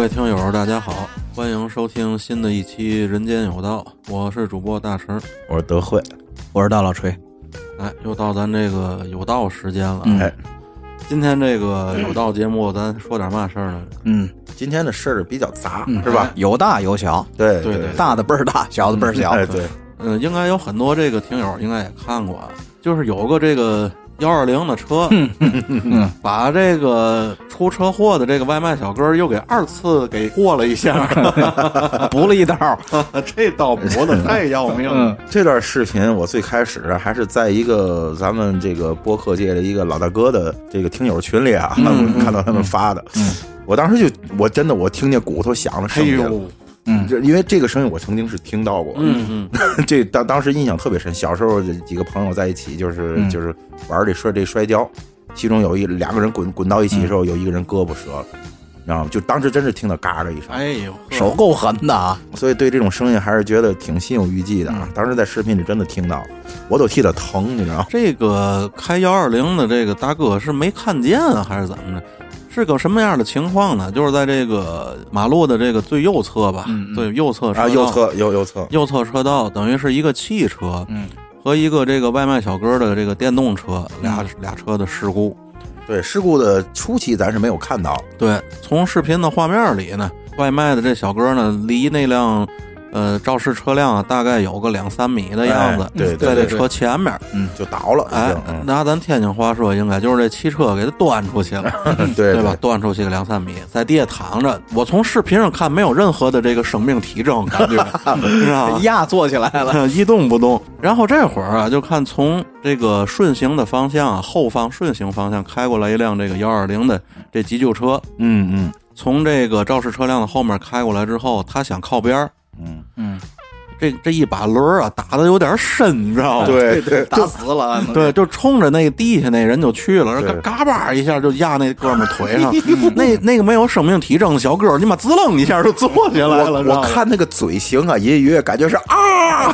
位听友大家好，欢迎收听新的一期人间有道，我是主播大成， 我是德惠， 我是大老锤。 又到咱这个有道时间了。今天这个有道节目咱说点嘛事儿呢？ 今天的事儿比较杂，是吧？ 有大有小， 对， 大的倍儿大，小的倍儿小。 对， 应该有很多这个听友应该也看过，就是有个这个120的车，把这个出车祸的这个外卖小哥又给2次给过了一下， 补了一刀， 这刀补的太要命了。 这段视频我最开始还是在一个咱们这个播客界的一个老大哥的这个听友群里啊，看到他们发的，我当时我真的听见骨头响的声音了。因为这个声音我曾经是听到过，这当时印象特别深。小时候几个朋友在一起，就是玩这摔跤，其中有两个人滚到一起的时候，有一个人胳膊折了，你知道吗？就当时真是听到嘎的一声， 哎呦， 手够狠的啊！ 所以对这种声音还是觉得挺心有余悸的啊。当时在视频里真的听到，我都替他疼，你知道吗？ 这个开120的这个大哥是没看见啊，还是怎么着？是个什么样的情况呢？就是在这个马路的这个最右侧吧，对，右侧车道，右侧车道，等于是一个汽车，和一个这个外卖小哥的这个电动车，俩车的事故。 对，事故的初期咱是没有看到。 对，从视频的画面里呢，外卖的这小哥呢，离那辆肇事车辆啊，大概有个2-3米的样子， 对， 在这车前面， 就倒了。 拿咱天津话说，应该就是这汽车给它端出去了，对吧？端出去个2-3米，在地下躺着。我从视频上看，没有任何的这个生命体征，感觉，你知道吗？ 压坐起来了， 一动不动。然后这会儿啊，就看从这个顺行的方向啊，后方顺行方向开过来一辆这个120的这急救车，从这个肇事车辆的后面开过来之后，他想靠边儿。这一把轮啊打的有点深，你知道吗？ 对， 打死了。 对，就冲着那地下那人就去了，嘎巴一下就压那哥们腿上。那个没有生命体征的小哥，你妈滋楞一下就坐下来了。 我看那个嘴型啊，隐约感觉是啊。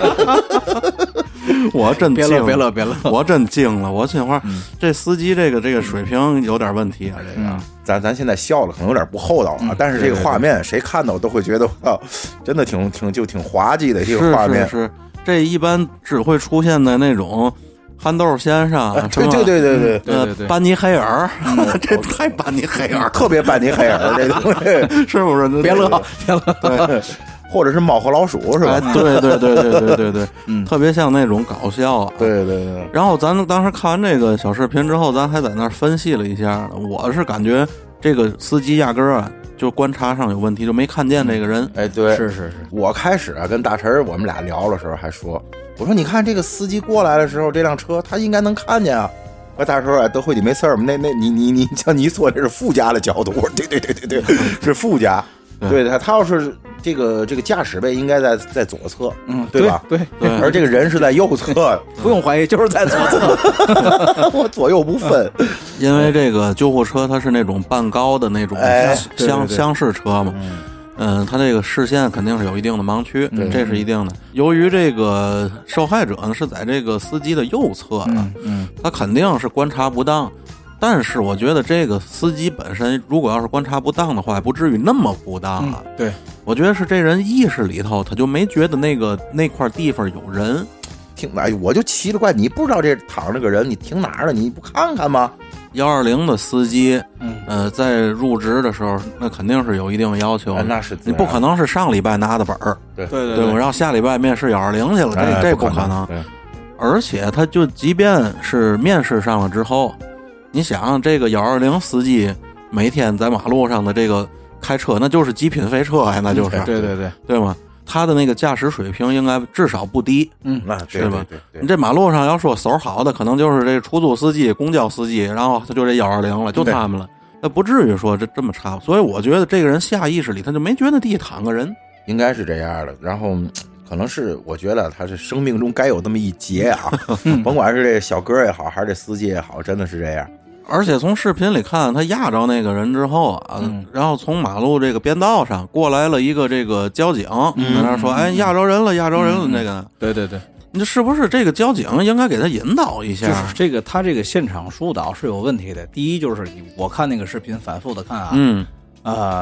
我真别乐， 我真惊了。我心话，这司机这个水平有点问题啊，这个。 咱现在笑了，可能有点不厚道啊，但是这个画面谁看到都会觉得真的挺滑稽的这个画面。 是，这一般只会出现在那种憨豆先生， 对， 班尼黑尔，这太班尼黑尔， 特别班尼黑尔这东西， 是不是？ 别乐， 对。或者是猫和老鼠是吧？ 对，特别像那种搞笑啊。 对。 然后咱当时看完这个小视频之后，咱还在那儿分析了一下。我是感觉这个司机压根儿啊，就观察上有问题，就没看见这个人。 对， 是。我开始啊跟大陈我们俩聊的时候还说，我说你看这个司机过来的时候，这辆车他应该能看见啊。我大陈德惠你没事儿吗？那你像你说这是副驾的角度，对，是副驾。对，他要是这个驾驶位应该在左侧，对吧？ 对， 而这个人是在右侧， 不用怀疑，就是在左侧， 我左右不分。 因为这个救护车它是那种半高的那种厢式车嘛，它这个视线肯定是有一定的盲区，这是一定的。由于这个受害者呢是在这个司机的右侧啊，他肯定是观察不当。但是我觉得这个司机本身如果要是观察不当的话，不至于那么不当啊。 对， 我觉得是这人意识里头他就没觉得那块地方有人。 我就奇了怪，你不知道这躺着个人，你停哪儿了？你不看看吗 ？120的司机，在入职的时候，那肯定是有一定要求。 那是你不可能是上礼拜拿的本儿， 对， 我让下礼拜面试120去了，这不可能。而且他就即便是面试上了之后。你想这个120司机每天在马路上的这个开车，那就是极品飞车，那就是对吗？他的那个驾驶水平应该至少不低， 那是吧？ 对， 你这马路上要说手好的，可能就是这出租司机、公交司机，然后他就这120了，就他们了，那不至于说这么差。所以我觉得这个人下意识里他就没觉得地下躺个人， 应该是这样的。然后可能是我觉得他是生命中该有这么一劫啊，甭管是这小哥也好，还是这司机也好，真的是这样。 而且从视频里看，他压着那个人之后啊，然后从马路这个边道上过来了一个这个交警，在那说：“哎，压着人了，压着人了。”那个， 对， 你这是不是这个交警应该给他引导一下？ 就是这个他这个现场疏导是有问题的。第一就是我看那个视频反复的看啊，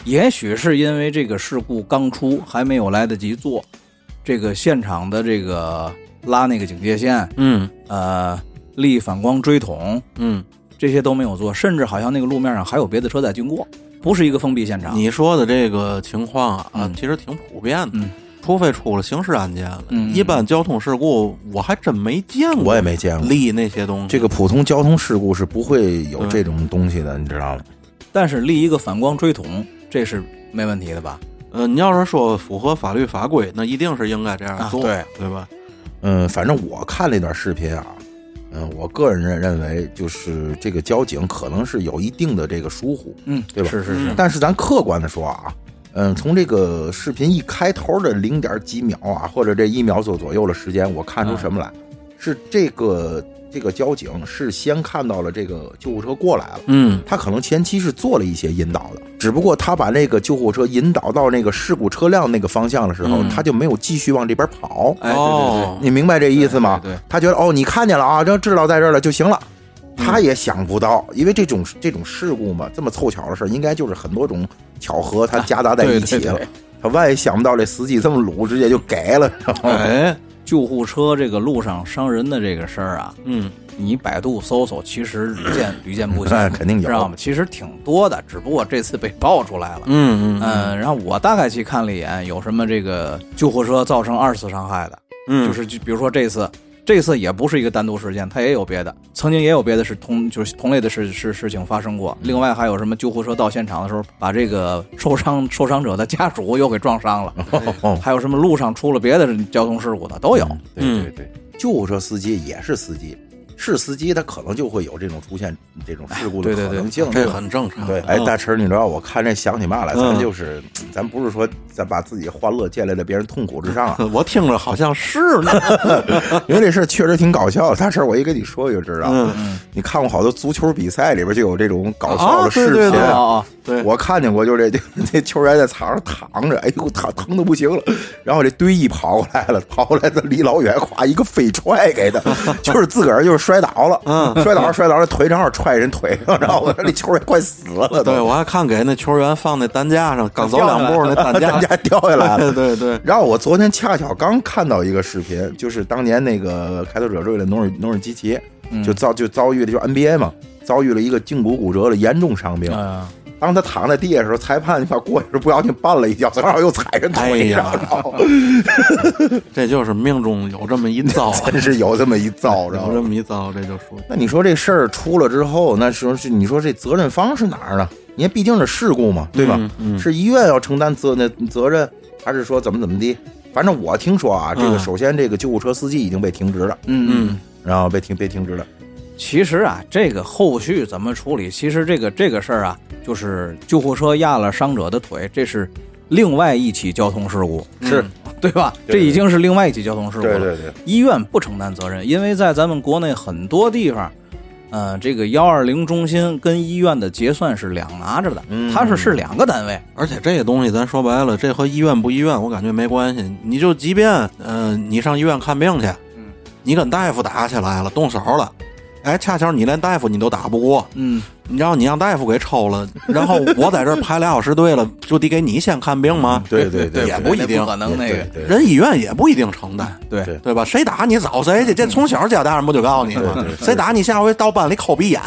也许是因为这个事故刚出，还没有来得及做这个现场的这个拉那个警戒线，立反光锥筒，这些都没有做，甚至好像那个路面上还有别的车在经过，不是一个封闭现场。 你说的这个情况啊，其实挺普遍的。除非出了刑事案件了，一般交通事故我还真没见过， 我也没见过立那些东西。 这个普通交通事故是不会有这种东西的，你知道吗？ 但是立一个反光锥筒，这是没问题的吧？ 你要是说符合法律法规，那一定是应该这样做，对吧？ 反正我看那段视频啊，我个人认为就是这个交警可能是有一定的这个疏忽，对吧？ 是。 但是咱客观的说啊。从这个视频一开头的0点几秒啊，或者这1秒左右的时间，我看出什么来？是这个交警是先看到了这个救护车过来了，他可能前期是做了一些引导的，只不过他把那个救护车引导到那个事故车辆那个方向的时候，他就没有继续往这边跑。 对， 你明白这意思吗？ 对， 他觉得你看见了啊，知道在这儿了就行了。他也想不到，因为这种事故嘛，这么凑巧的事应该就是很多种巧合，它夹杂在一起了。对，他万一想不到这司机这么鲁，直接就给了。 救护车这个路上伤人的这个事儿啊，你百度搜搜，其实屡见不鲜， 肯定有， 知道吗？其实挺多的，只不过这次被爆出来了。然后我大概去看了一眼，有什么这个救护车造成2次伤害的，就是比如说这次也不是一个单独事件，它也有别的，曾经也有别的就是同类的事情发生过。另外还有什么救护车到现场的时候，把这个受伤者的家属又给撞伤了，还有什么路上出了别的交通事故的都有。 对，救护车司机也是司机。是司机，他可能就会有这种出现这种事故的可能性， 这很正常。 对，大池，你知道我看这想起嘛来，咱不是说咱把自己欢乐建立在别人痛苦之上啊。 我听着好像是呢， 因为这事确实挺搞笑的。大池，我一跟你说就知道，你看过好多足球比赛里边就有这种搞笑的视频对， 我看见过，就这球员在场上躺着，哎呦，疼的不行了，然后这队医跑过来了，这离老远咵一个飞踹给他，就是自个儿就是摔倒了，摔倒了，腿正好踹人腿上，然后那球员快死了。 对，我还看给那球员放那担架上，刚走2步那担架掉下来了。 对。 然后我昨天恰巧刚看到一个视频，就是当年那个开拓者队的努尔基奇，就遭遇的就是 NBA 嘛，遭遇了一个胫骨骨折的严重伤病。当他躺在地下的时候，裁判过去时不小心绊了一脚，正好又踩人腿上。 这就是命中有这么一遭， 真是有这么一遭， 有这么一遭，这就属于。 那你说这事儿出了之后，那是你说这责任方是哪儿呢？因为毕竟是事故嘛，对吧？是医院要承担责任，还是说怎么地？反正我听说啊，这个首先这个救护车司机已经被停职了，然后被停职了。 其实啊，这个后续怎么处理？其实这个事儿啊，就是救护车压了伤者的腿，这是另外一起交通事故， 是对吧？这已经是另外一起交通事故了。 对， 医院不承担责任，因为在咱们国内很多地方，这个120中心跟医院的结算是两拿着的，它是2个单位。 而且这个东西咱说白了，这和医院不医院我感觉没关系。你就即便你上医院看病去，你跟大夫打起来了，动手了。恰巧你连大夫你都打不过，然后你让大夫给抽了，然后我在这儿排2小时队了，就得给你先看病吗？ 对， 也不一定， 不可能那个人医院也不一定承担， 对吧？谁打你找谁去？这从小家大人不就告诉你吗？谁打你下回到班里抠鼻眼，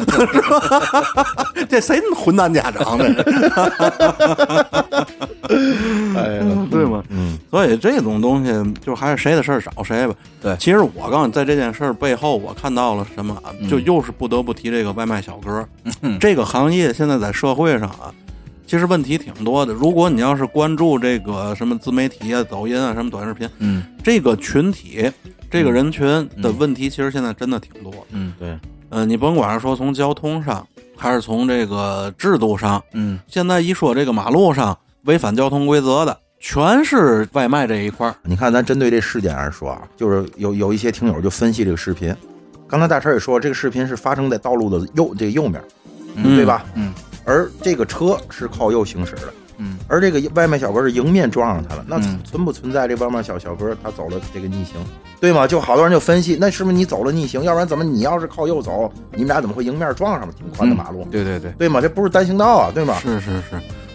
这谁混蛋家长呢？对吗？所以这种东西就还是谁的事儿找谁吧。 对， 其实我告诉你，在这件事儿背后，我看到了什么？就又是不得不提这个外卖小哥。这个行业现在在社会上啊，其实问题挺多的。如果你要是关注这个什么自媒体啊、抖音啊、什么短视频，这个群体、这个人群的问题，其实现在真的挺多。 对， 你甭管是说从交通上，还是从这个制度上，现在一说这个马路上违反交通规则的，全是外卖这一块。 你看，咱针对这事件来说啊，就是有一些听友就分析这个视频。刚才大陈也说，这个视频是发生在道路的右面，对吧？而这个车是靠右行驶的，而这个外卖小哥是迎面撞上他了，那存不存在这外卖小哥他走了这个逆行，对吗？就好多人就分析，那是不是你走了逆行？要不然怎么你要是靠右走，你们俩怎么会迎面撞上了？挺宽的马路， 对， 对吗？这不是单行道啊，对吗？ 是。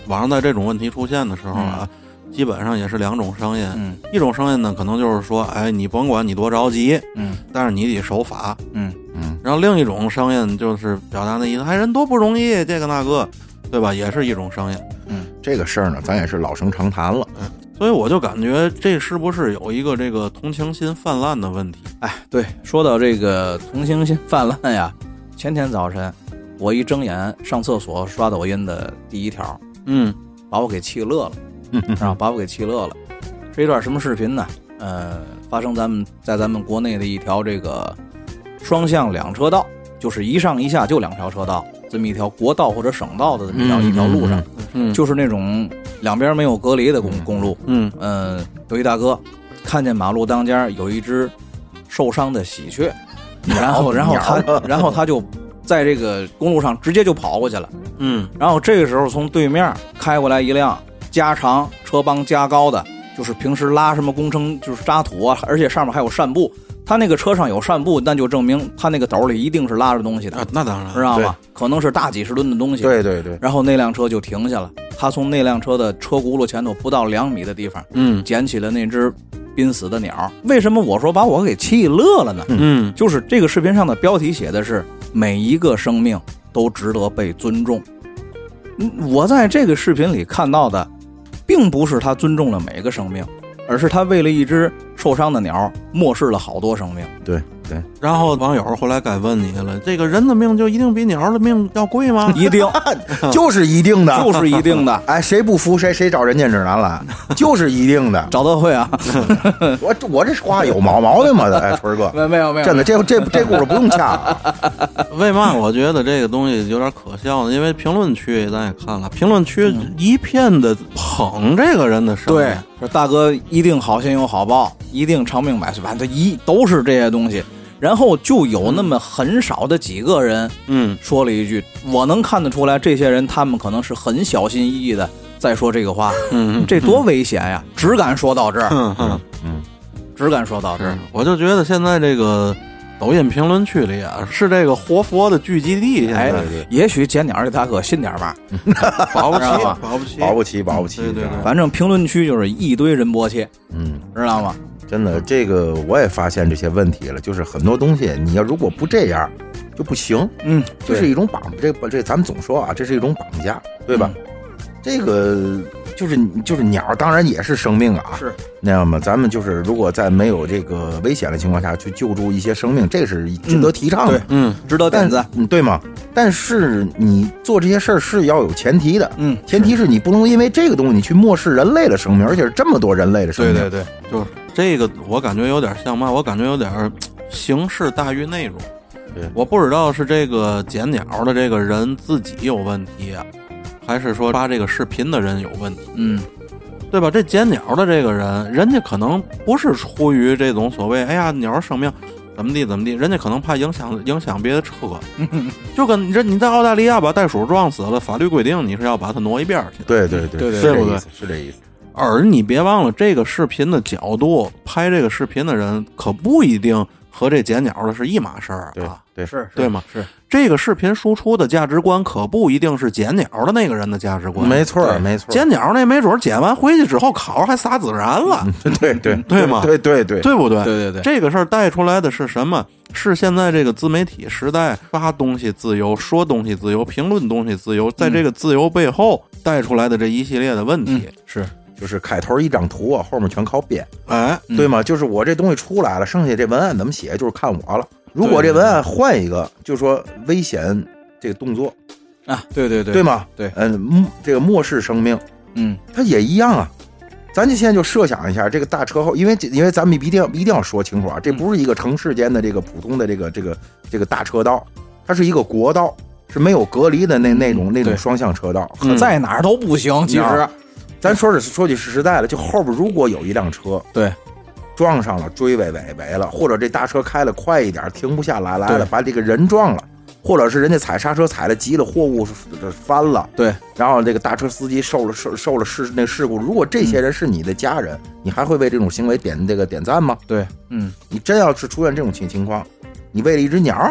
网上在这种问题出现的时候啊，基本上也是两种声音。一种声音呢，可能就是说，哎，你甭管你多着急，但是你得守法。然后另一种声音就是表达的意思，哎，人多不容易，这个那个，对吧？也是一种声音。 这个事儿呢，咱也是老生常谈了。 所以我就感觉这是不是有一个这个同情心泛滥的问题？ 哎，对，说到这个同情心泛滥呀，前天早晨我一睁眼上厕所刷抖音的第一条，把我给气乐了，然后把我给气乐了。是一段什么视频呢？发生在咱们国内的一条这个双向两车道，就是一上一下就两条车道，这么一条国道或者省道的这么一条路上，就是那种两边没有隔离的公路。有一大哥看见马路当间有一只受伤的喜鹊，然后他就在这个公路上直接就跑过去了。然后这个时候从对面开过来一辆加长车帮加高的，就是平时拉什么工程就是渣土啊，而且上面还有扇布。他那个车上有扇布，那就证明他那个斗里一定是拉着东西的。 那当然， 知道吗？可能是大几十吨的东西。 对对对。 然后那辆车就停下了，他从那辆车的车轱辘前头不到2米的地方，捡起了那只濒死的鸟。为什么我说把我给气乐了呢？就是这个视频上的标题写的是每一个生命都值得被尊重。我在这个视频里看到的，并不是他尊重了每个生命，而是他为了一只受伤的鸟漠视了好多生命。 对对。 然后网友后来该问你了，这个人的命就一定比鸟的命要贵吗？ 一定就是一定的， 就是一定的。 哎，谁不服谁找人家指南来，就是一定的。 找德惠啊， 我这话有毛病吗？哎，春哥， 没有， 真的，这故事不用掐。 为嘛我觉得这个东西有点可笑呢？因为评论区咱也看了，评论区一片的捧这个人的声音。 对，说大哥一定好心有好报，一定长命百岁，反正都是这些东西。然后就有那么很少的几个人，说了一句，我能看得出来，这些人他们可能是很小心翼翼的在说这个话，这多危险呀！只敢说到这儿，只敢说到这儿。 我就觉得现在这个抖音评论区里啊，是这个活佛的聚集地。 哎，也许捡鸟的大哥信点吧， 保不齐。 对， 反正评论区就是一堆人波切，知道吗？ 真的，这个我也发现这些问题了，就是很多东西你要如果不这样就不行。这是一种绑，这咱们总说啊，这是一种绑架，对吧？这个就是鸟，当然也是生命啊。 是那样嘛，咱们就是如果在没有这个危险的情况下去救助一些生命，这是值得提倡的。 值得点赞。 对吗？但是你做这些事儿是要有前提的。前提是你不能因为这个东西你去漠视人类的生命，而且是这么多人类的生命。 对， 就是这个，我感觉有点像嘛，我感觉有点形式大于内容。我不知道是这个捡鸟的这个人自己有问题啊，还是说发这个视频的人有问题。对吧？这捡鸟的这个人，人家可能不是出于这种所谓哎呀鸟生命怎么地，人家可能怕影响别的车。就跟你在澳大利亚把袋鼠撞死了，法律规定你是要把它挪一边去。 对， 对不对？ 是这意思。 而你别忘了，这个视频的角度，拍这个视频的人可不一定和这捡鸟的是一码事儿啊。对吗？ 是这个视频输出的价值观可不一定是捡鸟的那个人的价值观。 没错。 捡鸟那没准捡完回去之后烤还撒孜然了。对吗？ 对不对？ 对。 这个事儿带出来的是什么？是现在这个自媒体时代，发东西自由，说东西自由，评论东西自由，在这个自由背后带出来的这一系列的问题。 就是开头一张图啊，后面全靠编。 哎， 对吗？就是我这东西出来了，剩下这文案怎么写就是看我了。如果这文案换一个，就说危险这个动作啊，对吗？ 对， 这个漠视生命，它也一样啊。咱就现在就设想一下，这个大车后，因为咱们一定要说清楚啊，这不是一个城市间的这个普通的这个大车道，它是一个国道，是没有隔离的那种双向车道， 在哪儿都不行。其实， 咱说句实在的，就后边如果有一辆车， 对。 撞上了，追尾了，或者这大车开了快一点，停不下来了，把这个人撞了，或者是人家踩刹车踩了急了，货物翻了， 对， 然后这个大车司机受了事故。如果这些人是你的家人，你还会为这种行为点赞吗？ 对， 你真要是出现这种情况，你为了一只鸟，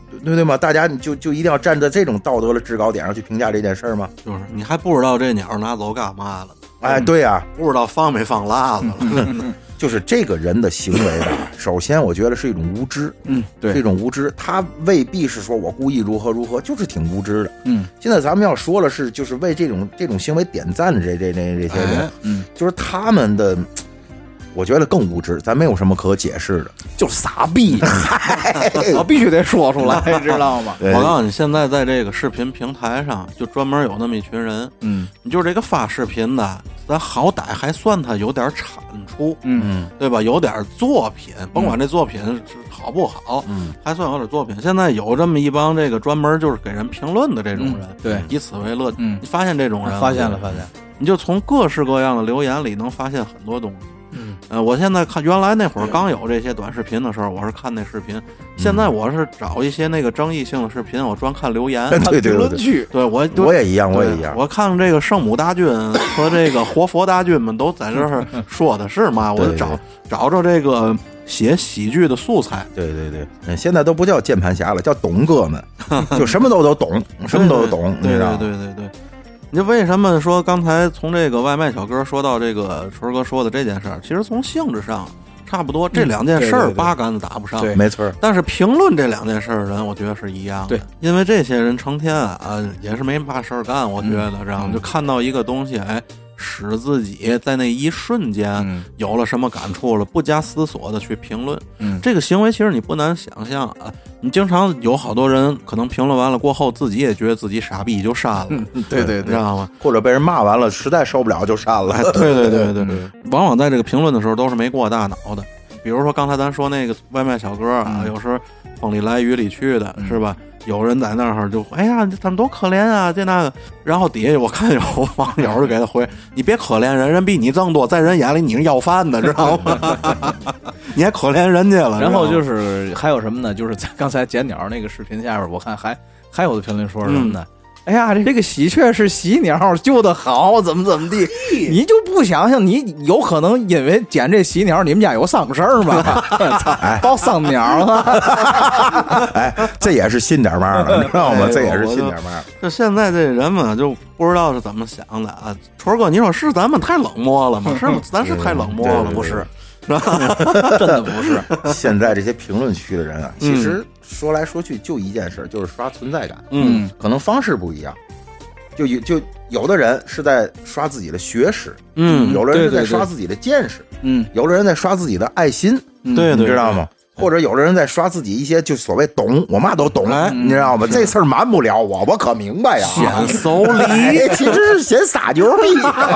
对吗？大家就一定要站在这种道德的制高点上去评价这件事吗？ 就是你还不知道这鸟拿走干嘛了？ 哎，对呀， 不知道放没放辣子了。 就是这个人的行为吧，首先我觉得是一种无知， 对， 是一种无知，他未必是说我故意如何，就是挺无知的，现在咱们要说的是，就是为这种行为点赞的这些人，就是他们的，我觉得更无知，咱没有什么可解释的， 就傻逼，我必须得说出来，知道吗？ 我告诉你，现在在这个视频平台上，就专门有那么一群人，你就是这个发视频的，咱好歹还算他有点产出，对吧？有点作品，甭管这作品是好不好，还算有点作品。现在有这么一帮这个专门就是给人评论的这种人， 对， 以此为乐，你发现这种人？ 发现了， 你就从各式各样的留言里能发现很多东西。我现在看原来那会儿刚有这些短视频的时候，我是看那视频。现在我是找一些那个争议性的视频，我专看留言、 对评论区。 对我也一样， 我看这个圣母大军和这个活佛大军们都在这儿说的是嘛，我就找着这个写喜剧的素材。 对，现在都不叫键盘侠了，叫懂哥们，就什么都懂，什么都懂， 对。你为什么说刚才从这个外卖小哥说到这个春哥说的这件事儿？其实从性质上差不多，这两件事儿八竿子打不上， 对，没错。 但是评论这两件事儿的人，我觉得是一样的， 对， 因为这些人成天也是没嘛事儿干，我觉得这样就看到一个东西，使自己在那一瞬间有了什么感触了，不加思索的去评论，这个行为其实你不难想象啊。你经常有好多人可能评论完了过后，自己也觉得自己傻逼就删了， 对， 知道吗？ 或者被人骂完了，实在受不了就删了。 对，往往在这个评论的时候都是没过大脑的。比如说刚才咱说那个外卖小哥啊，有时候风里来雨里去的，是吧？有人在那儿就哎呀，他们多可怜啊，这那个，然后底下我看有网友就给他回：“你别可怜人，人比你挣多，在人眼里你是要饭的，知道吗？你还可怜人家了。” 然后就是还有什么呢？就是在刚才捡鸟那个视频下边，我看还有的评论说什么呢？哎呀，这个喜鹊是喜鸟，救得好，怎么地？你就不想想，你有可能因为捡这喜鸟，你们家有丧事儿吗？抱丧鸟啊！ 哎，这也是信点嘛的，你知道吗？这也是信点嘛。 就现在这人们就不知道是怎么想的啊！春哥，你说是咱们太冷漠了吗？是咱是太冷漠了，不是？真的不是。 现在这些评论区的人啊，其实说来说去就一件事，就是刷存在感。可能方式不一样。就有的人是在刷自己的学识，有的人是在刷自己的见识，有的人在刷自己的爱心， 对， 你知道吗？或者有的人在刷自己一些就所谓懂，我嘛都懂，你知道吗？这事儿瞒不了我可明白呀。 显馊理， 其实是显撒牛逼，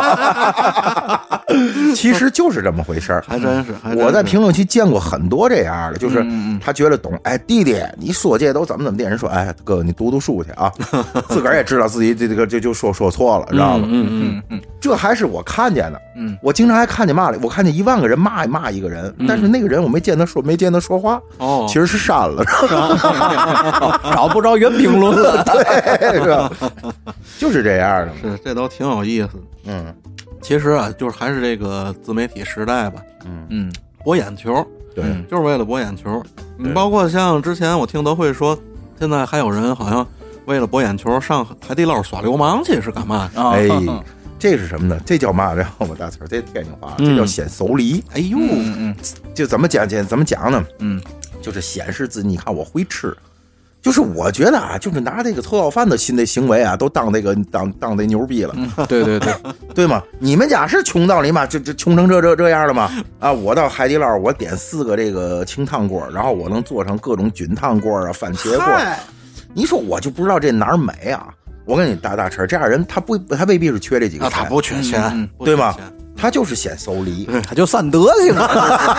其实就是这么回事儿。 还真是， 我在评论区见过很多这样的，就是他觉得懂，哎，弟弟，你说这都怎么地？人说，哎，哥，你读书去啊，自个儿也知道自己这个就说错了，知道吗？这还是我看见的。我经常还看见骂了，我看见1万个人骂一个人，但是那个人我没见他说话，其实是删了， 找不着原评论了， 对，是吧？就是这样的， 是这都挺有意思的。其实啊，就是还是这个自媒体时代吧，博眼球， 对， 就是为了博眼球。包括像之前我听德惠说，现在还有人好像为了博眼球上海底捞耍流氓去，是干嘛？ 哎。这是什么呢？这叫嘛？知道吗？大词儿，这天津话，这叫显馊梨。 哎呦， 就怎么讲呢？就是显示自己，你看我会吃。就是我觉得啊，就是拿这个臭要饭的新的行为啊，都当这个当这牛逼了。 对， 对吗？你们家是穷到你妈这穷成这样了吗？啊，我到海底捞，我点4个这个清汤锅，然后我能做成各种菌汤锅啊、番茄锅。你说我就不知道这哪儿美啊？我跟你大陈，这样人他未必是缺这几个钱， 他不缺钱， 对吗？他就是显馊梨， 他就散德行了，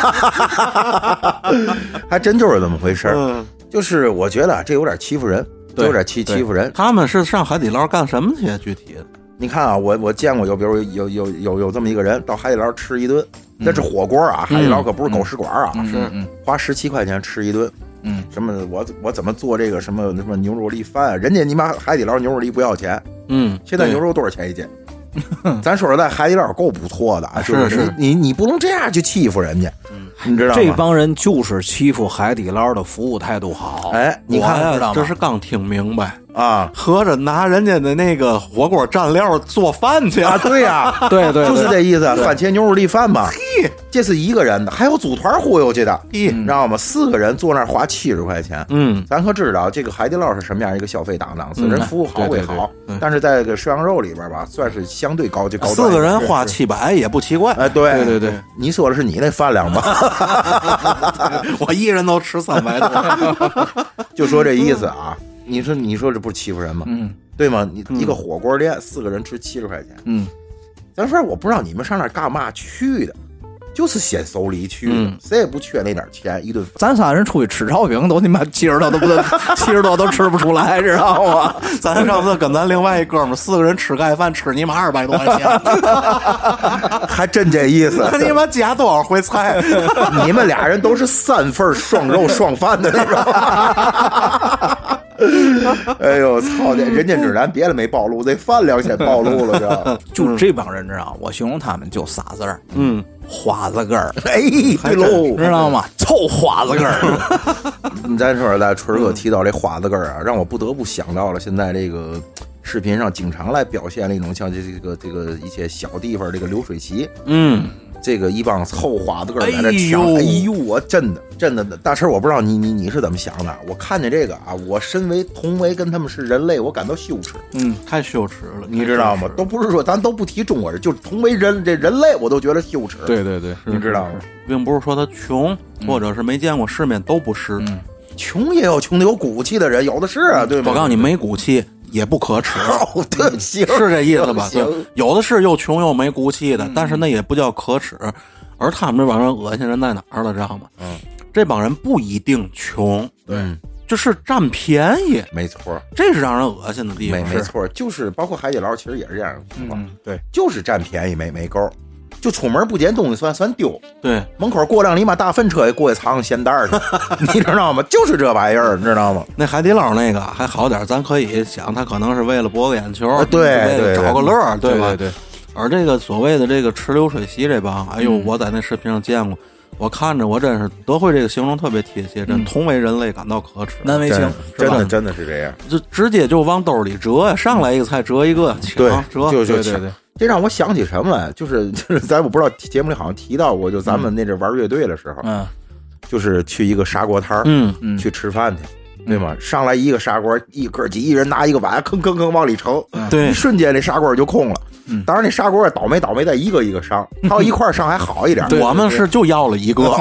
还真就是这么回事儿。就是我觉得这有点欺负人，有点欺负人。 他们是上海底捞干什么去？具体的， 你看啊，我见过比如有这么一个人到海底捞吃一顿，那是火锅啊，海底捞可不是狗食馆啊， 是花17块钱吃一顿。什么我怎么做这个什么牛肉粒饭啊？人家你妈海底捞牛肉粒不要钱，现在牛肉多少钱一斤？咱说实在，海底捞够不错的，是你不能这样去欺负人家。 你知道吗？ 这帮人就是欺负海底捞的服务态度好。 哎，你看， 知道吗？这是刚听明白啊， 合着拿人家的那个火锅蘸料做饭去啊？对呀， 对， 就是这意思，番茄牛肉粒饭嘛。这是一个人的，还有组团忽悠去的，你知道吗？4个人坐那儿花70块钱。咱可知道这个海底捞是什么样一个消费档次？人服务好归好，但是在这个涮羊肉里边吧，算是相对高端。 4个人花700也不奇怪。 哎，对，你说的是你那饭量吧？ 我一人都吃300多， 就说这意思啊。你说这不是欺负人吗？对吗？你一个火锅店4个人吃70块钱，咱说我不知道你们上那干嘛去的，就是先收礼去的，谁也不缺那点钱，一顿饭。 咱3人出去吃炒饼都你妈70多都不70多都吃不出来，知道吗？ 咱上次跟咱另外一哥们4个人吃盖饭，吃你妈200多块钱， 还真这意思。 你妈加多少回菜？ 你们俩人都是3份双肉双饭的那种。哎呦操！人家指南别的没暴露，这饭量先暴露了， 就这帮人知道，我形容他们就仨字儿，花子根儿。 哎，对喽， 知道吗？臭花子根儿。 咱说咱春哥提到这花子根儿啊，让我不得不想到了现在这个视频上经常来表现的一种像这个一些小地方这个流水席。这个一帮臭花子根在那抢，哎呦，我真的大师，我不知道你是怎么想的。我看见这个啊，我身为同为跟他们是人类，我感到羞耻。 太羞耻了， 你知道吗？都不是说咱都不提中国人，就同为人类，我都觉得羞耻。 对， 你知道吗？ 并不是说他穷，或者是没见过世面，都不是。 穷也有穷的有骨气的人，有的是啊，对吗？ 我告诉你，没骨气也不可耻。 对，行， 是这意思吧？对，有的是又穷又没骨气的，但是那也不叫可耻。而他们这帮人恶心人在哪儿了，知道吗？这帮人不一定穷，就是占便宜， 没错， 这是让人恶心的地方。 没错，就是包括海底捞，其实也是这样的情况。 对， 就是占便宜没够。就出门不捡东西算丢， 对， 门口过辆你妈大粪车也过去藏咸蛋去，你知道吗？就是这玩意儿，你知道吗？ 那海底捞那个还好点，咱可以想，他可能是为了博个眼球， 对， 找个乐，对吧？ 对。 而这个所谓的这个吃流水席这帮，哎呦，我在那视频上见过，我看着我真是德惠这个形容特别贴切，真同为人类感到可耻， 难为情， 真的是这样， 就直接就往兜里折呀，上来一个菜折一个， 对， 对。 这让我想起什么来？就是咱我不知道节目里好像提到过，就咱们那阵玩乐队的时候，就是去一个砂锅摊儿，去吃饭去，对吗？上来一个砂锅，哥几一人拿一个碗，吭往里盛， 对， 一瞬间那砂锅就空了。当然那砂锅倒霉在一个一个上，还有一块上还好一点。 我们是就要了一个，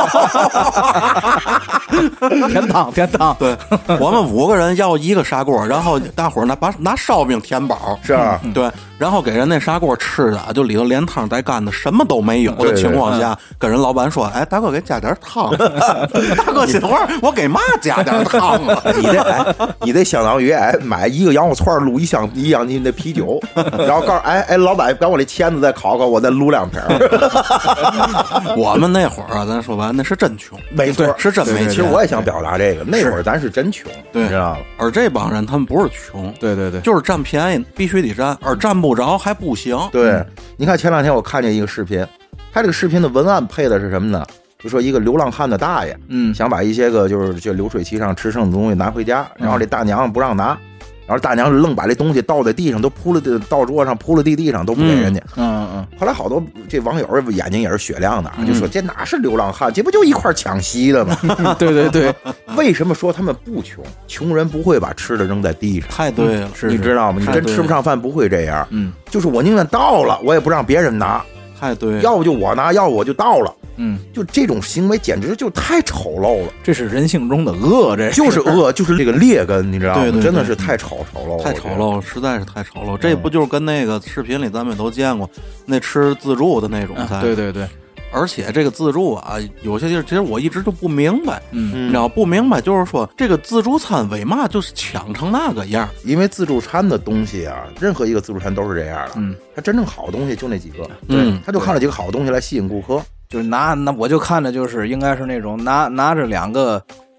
天堂。 对，我们5个人要一个砂锅，然后大伙儿拿烧饼填饱， 是啊， 对，然后给人那砂锅吃的，就里头连汤带干的什么都没有的情况下，跟人老板说：“哎，大哥给加点汤。”大哥心话，我给嘛加点汤啊？ 你这相当于买一个羊肉串撸一箱你的啤酒，然后告诉老板，赶我这签子再烤，我再撸2瓶。 我们那会儿啊，咱说白，那是真穷， 没错， 是真没钱。 其实我也想表达这个，那会儿咱是真穷，你知道吗？ 而这帮人他们不是穷， 对， 就是占便宜，必须得占，而占不着还不行。 对，你看前2天我看见一个视频，他这个视频的文案配的是什么呢？就说一个流浪汉的大爷，想把一些个就流水席上吃剩的东西拿回家，然后这大娘不让拿。然后大娘愣把这东西倒在地上，都铺了倒桌上，铺了地上，都不给人家。后来好多这网友眼睛也是雪亮的，就说这哪是流浪汉，这不就一块抢席的吗？ 对。 为什么说他们不穷？穷人不会把吃的扔在地上。 太对了， 你知道吗？你真吃不上饭不会这样。就是我宁愿倒了，我也不让别人拿。 太对了， 要不就我拿，要不我就倒了。就这种行为简直就太丑陋了， 这是人性中的恶，这就是恶，就是这个劣根，你知道吗？ 对， 真的是太丑陋了， 太丑陋了，实在是太丑陋。这不就是跟那个视频里咱们也都见过，那吃自助的那种菜？ 对。 而且这个自助啊，有些地儿其实我一直就不明白，你知道不明白，就是说这个自助餐为嘛就是抢成那个样？ 因为自助餐的东西啊，任何一个自助餐都是这样的，它真正好的东西就那几个，他就看了几个好的东西来吸引顾客， 就是我就看着就是应该是那种拿着2个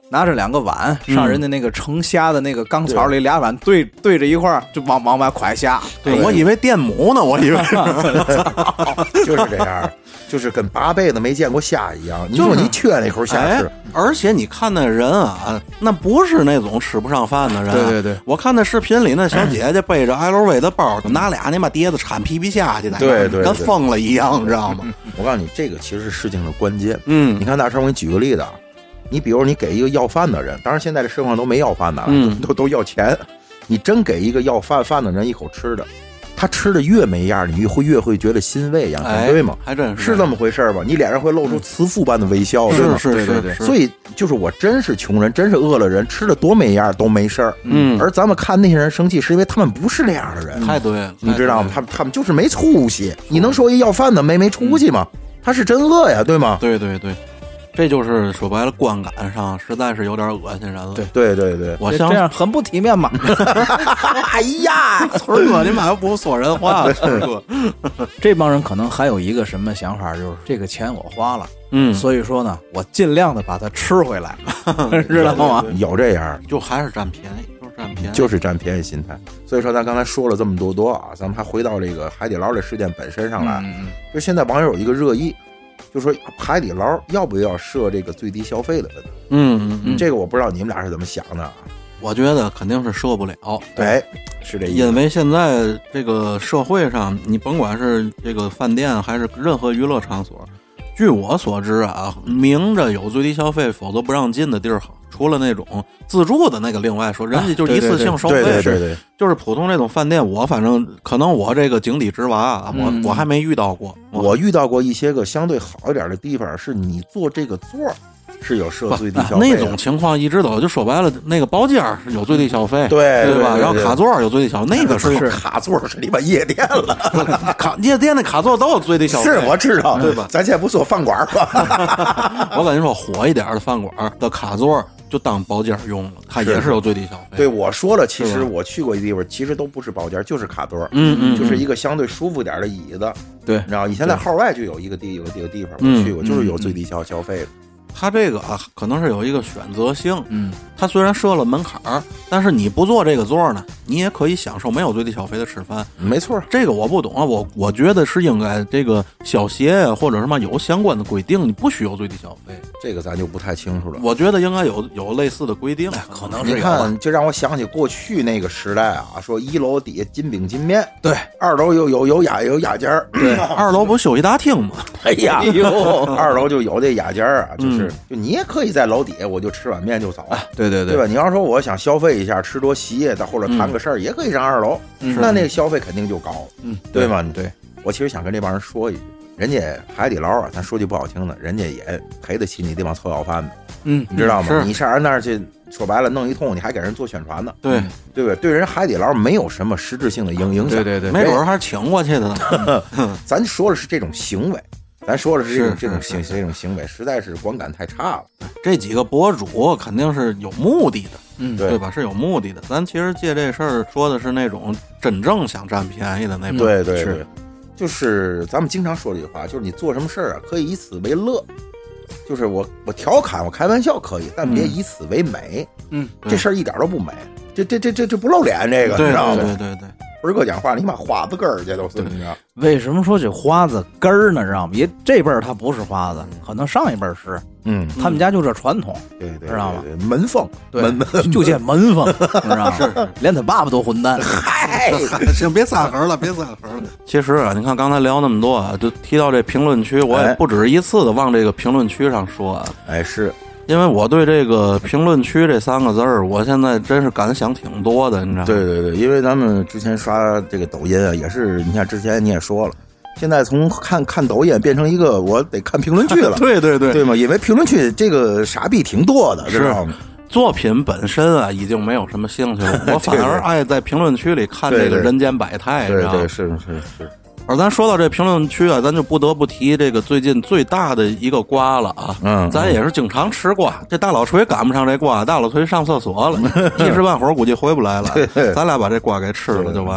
拿着2个碗上人家那个盛虾的那个钢槽里，俩碗对着一块儿就往外蒯虾。 对，我以为电母呢，我以为就是这样，就是跟八辈子没见过虾一样。你说你缺那口虾吃， 而且你看那人啊，那不是那种吃不上饭的人。 对对对， 我看那视频里那小姐姐背着 LV 的包，拿俩那碟子铲皮皮虾去， 对， 跟疯了一样，你知道吗？ 我告诉你，这个其实是事情的关键。你看大成，我给你举个例子啊，你比如你给一个要饭的人，当然现在这社会上都没要饭的了，都要钱。你真给一个要饭的人一口吃的，他吃的越没样，你越会觉得欣慰呀，对吗？ 还真是这么回事吧？你脸上会露出慈父般的微笑，对吗？ 是。 所以就是我真是穷人，真是饿了人，吃的多没样都没事儿。而咱们看那些人生气，是因为他们不是那样的人。 太对了， 你知道吗？他们就是没出息。你能说一要饭的没出息吗？他是真饿呀，对吗？ 对。这就是说白了，观感上实在是有点恶心人了。 对， 我想这样很不体面嘛。 哎呀， 村哥，你妈又不说人话了，村哥。 这帮人可能还有一个什么想法，就是这个钱我花了，所以说呢，我尽量的把它吃回来，知道吗？ 有这样， 就还是占便宜， 就是占便宜心态。所以说，咱刚才说了这么多啊，咱们还回到这个海底捞这事件本身上来。就现在网友有一个热议。就说海底捞要不要设这个最低消费的问题？这个我不知道你们俩是怎么想的啊？ 我觉得肯定是设不了。 对，是这意思。 因为现在这个社会上，你甭管是这个饭店还是任何娱乐场所，据我所知啊，明着有最低消费否则不让进的地儿，除了那种自助的那个，另外说人家就是一次性收费， 对， 就是普通这种饭店，我反正可能我这个井底之蛙，我还没遇到过。 我遇到过一些个相对好一点的地方，是你坐这个座是有设最低消费的， 那种情况一直都有。就说白了，那个包间是有最低消费， 对吧？然后卡座有最低消费，那个是卡座是你妈夜店了， 夜店的卡座都有最低消费， 是我知道， 对吧？ 咱先不说饭馆吧，我跟你说，火一点的饭馆的卡座就当包间用了，它也是有最低消费。 对，我说了，其实我去过一地方，其实都不是包间，就是卡座，就是一个相对舒服点的椅子。 对， 你知道，以前在号外就有一个地方我去过，就是有最低消费的。 它这个啊，可能是有一个选择性。它虽然设了门槛儿，但是你不坐这个座呢，你也可以享受没有最低消费的吃饭。 没错， 这个我不懂啊，我觉得是应该这个消协啊或者什么有相关的规定，你不许有最低消费。 这个咱就不太清楚了。 我觉得应该有类似的规定，可能是有。 你看，就让我想起过去那个时代啊，说1楼底下金饼金面， 对 ，2楼有雅间儿， 对，2楼不休息大厅吗？ 哎呀，2楼就有这雅间儿啊，就你也可以在楼底下，我就吃碗面就走。对吧？你要说我想消费一下，吃多席或者谈个事儿，也可以上2楼，那个消费肯定就高，对吗？ 对， 我其实想跟这帮人说一句，人家海底捞啊，咱说句不好听的，人家也赔得起你这帮臭要饭的，你知道吗？你上人那儿去，说白了弄一通，你还给人做宣传呢， 对不对？对人海底捞没有什么实质性的影响， 对， 没准还是请过去的呢。 咱说的是这种行为。咱说的是这种行为，实在是观感太差了。 这几个博主肯定是有目的的，对吧？是有目的的。咱其实借这事儿说的是那种真正想占便宜的那种。 对，就是咱们经常说这句话，就是你做什么事儿啊，可以以此为乐。就是我调侃我开玩笑可以，但别以此为美。这事儿一点都不美，这不露脸，这个你知道吗？对。儿哥讲话，你妈花子根儿去都是，你知道？ 为什么说这花子根儿呢？知道吗？因为这辈儿他不是花子，可能上一辈儿是。他们家就这传统， 对， 知道吗？ 门风，门就见门风，知道吗？是，连他爸爸都混蛋。 嗨， 行，别撒狠了，别撒狠了。其实啊，你看刚才聊那么多啊，就提到这评论区，我也不止一次的往这个评论区上说啊。 是。 因为我对这个评论区这3个字儿，我现在真是感想挺多的，你知道吗？ 对，因为咱们之前刷这个抖音啊，也是，你看之前你也说了，现在从看抖音变成一个我得看评论区了，对吗？因为评论区这个傻逼挺多的，知道吗？ 作品本身啊，已经没有什么兴趣了，我反而爱在评论区里看这个人间百态， 对，是。 而咱说到这评论区啊，咱就不得不提这个最近最大的一个瓜了啊！咱也是经常吃瓜，这大老锤赶不上这瓜，大老锤上厕所了，一时半会儿估计回不来了。咱俩把这瓜给吃了就完了。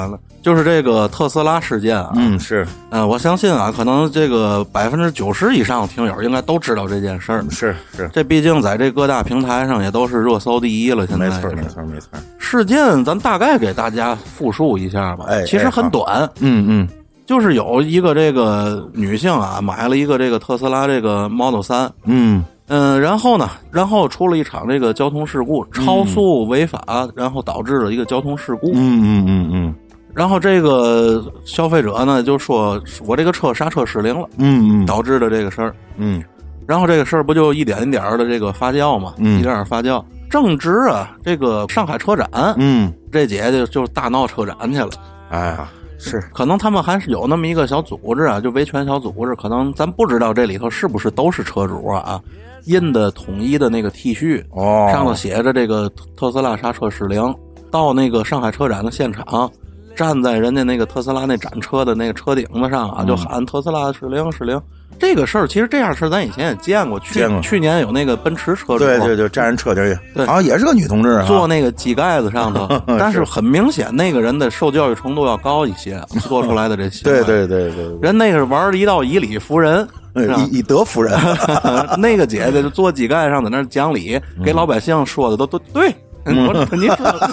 就是这个特斯拉事件啊。 是。 我相信啊，可能这个90%以上的听友应该都知道这件事儿。 是。 这毕竟在这各大平台上也都是热搜第一了。现在没错。 事件咱大概给大家复述一下吧。其实很短。就是有一个这个女性啊，买了一个这个特斯拉这个 Model 3。然后出了一场这个交通事故，超速违法，然后导致了一个交通事故。然后这个消费者呢就说我这个车刹车失灵了，导致的这个事儿。然后这个事儿不就一点一点的这个发酵嘛，一点点发酵。正值啊，这个上海车展，这姐姐就大闹车展去了。 哎呀，是， 可能他们还是有那么一个小组织啊，就维权小组织，可能咱不知道这里头是不是都是车主啊。印的统一的那个 T 恤，上头写着这个特斯拉刹车失灵，到那个上海车展的现场，站在人家那个特斯拉那展车的那个车顶子上啊，就喊特斯拉失灵。这个事儿其实这样事儿咱以前也见过，去年有那个奔驰车主， 对，站人车顶也，好像也是个女同志啊， 坐那个机盖子上头，但是很明显那个人的受教育程度要高一些，做出来的这些， 对， 人那个玩一道以理服人。 以德服人， 那个姐姐就坐机盖上在那讲理，给老百姓说的都对。你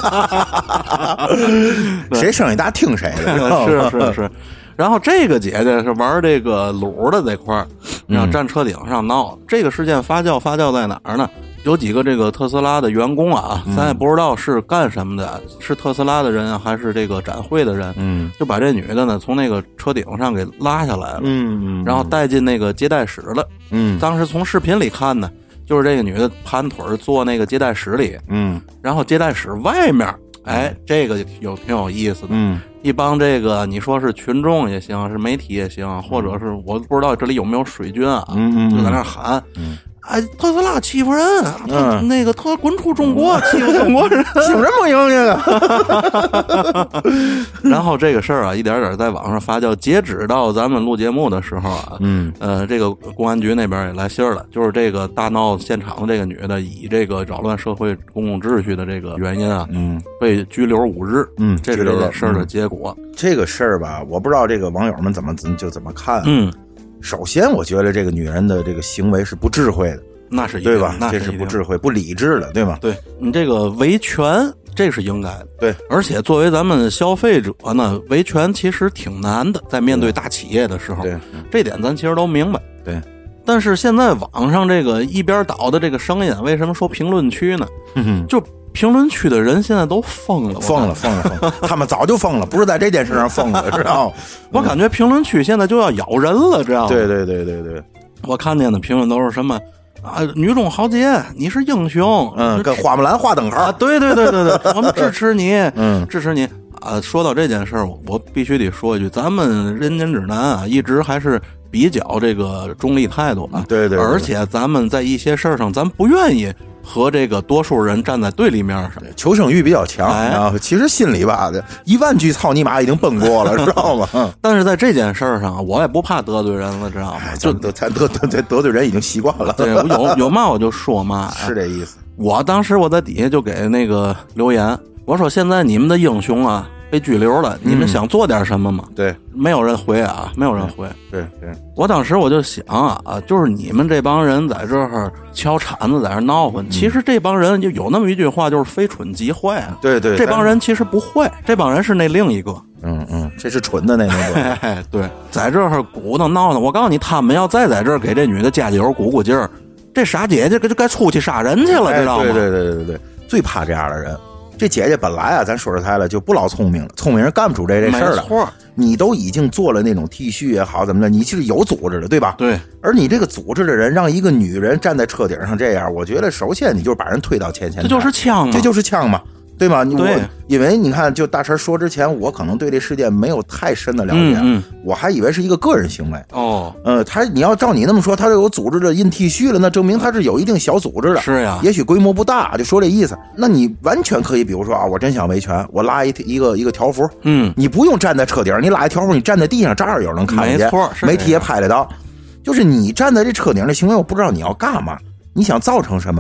谁声音大听谁的，是。然后这个姐姐是玩这个卤的这块儿，然后站车顶上闹。这个事件发酵在哪儿呢？有几个这个特斯拉的员工啊，咱也不知道是干什么的，是特斯拉的人还是这个展会的人，就把这女的呢从那个车顶上给拉下来了，然后带进那个接待室了，当时从视频里看呢，就是这个女的盘腿坐那个接待室里，然后接待室外面，这个挺有意思的，一帮这个你说是群众也行，是媒体也行，或者是我不知道这里有没有水军啊，就在那喊。特斯拉欺负人，那个他滚出中国，欺负中国人， 欺负人不赢这个。 然后这个事儿啊，一点点在网上发酵，截止到咱们录节目的时候啊，这个公安局那边也来信了，就是这个大闹现场的这个女的，以这个扰乱社会公共秩序的这个原因啊，被拘留5日，这是这个事儿的结果。 这个事儿吧，我不知道这个网友们怎么看，首先，我觉得这个女人的这个行为是不智慧的， 那是对吧？这是不智慧、不理智的，对吗？ 对，你这个维权，这是应该的。 对， 而且作为咱们消费者呢，维权其实挺难的，在面对大企业的时候， 对， 这点咱其实都明白。 对， 但是现在网上这个一边倒的这个声音，为什么说评论区呢？就评论区的人现在都疯了， 他们早就疯了，不是在这件事上疯了，知道吗？ 我感觉评论区现在就要咬人了，知道吗？ 对， 我看见的评论都是什么啊，女中豪杰，你是英雄， 跟花木兰划等号啊，对，我们支持你，支持你啊。说到这件事儿，我必须得说一句，咱们人间指南啊，一直还是比较这个中立态度啊， 对， 而且咱们在一些事儿上，咱不愿意和这个多数人站在对立面上， 求生欲比较强啊。其实心里吧，10000句操你妈已经奔过了，知道吗？ 但是在这件事儿上，我也不怕得罪人了，知道吗？ 就得罪人已经习惯了。 对，有嘛我就说嘛， 是这意思。 我当时我在底下就给那个留言，我说现在你们的英雄啊被拘留了，你们想做点什么吗？ 对， 没有人回啊，没有人回。 对， 我当时我就想啊，就是你们这帮人在这儿敲铲子，在这儿闹混。其实这帮人就有那么一句话，就是非蠢即坏啊。 对， 这帮人其实不坏，这帮人是那另一个。 这是蠢的那个。 对，在这儿鼓捣闹腾，我告诉你，他们要再在这儿给这女的加油鼓劲儿，这傻姐姐就该出去杀人去了，知道吗？ 对，最怕这样的人。这姐姐本来啊，咱说实在了就不老聪明了，聪明人干不出这事儿了。没错，你都已经做了那种 T 恤也好怎么的，你是有组织的，对吧？对。而你这个组织的人让一个女人站在车顶上这样，我觉得首先你就是把人推到前台， 这就是枪嘛， 对吗？因为你看，就大陈说之前，我可能对这事件没有太深的了解，我还以为是一个个人行为。你要照你那么说，他是有组织的印 T 恤了，那证明他是有一定小组织的。 是呀， 也许规模不大，就说这意思。那你完全可以，比如说啊，我真想维权，我拉一个条幅，你不用站在车顶，你拉一条幅，你站在地上，照样有人能看见， 没错， 媒体也拍得到。就是你站在这车顶的行为，我不知道你要干嘛，你想造成什么？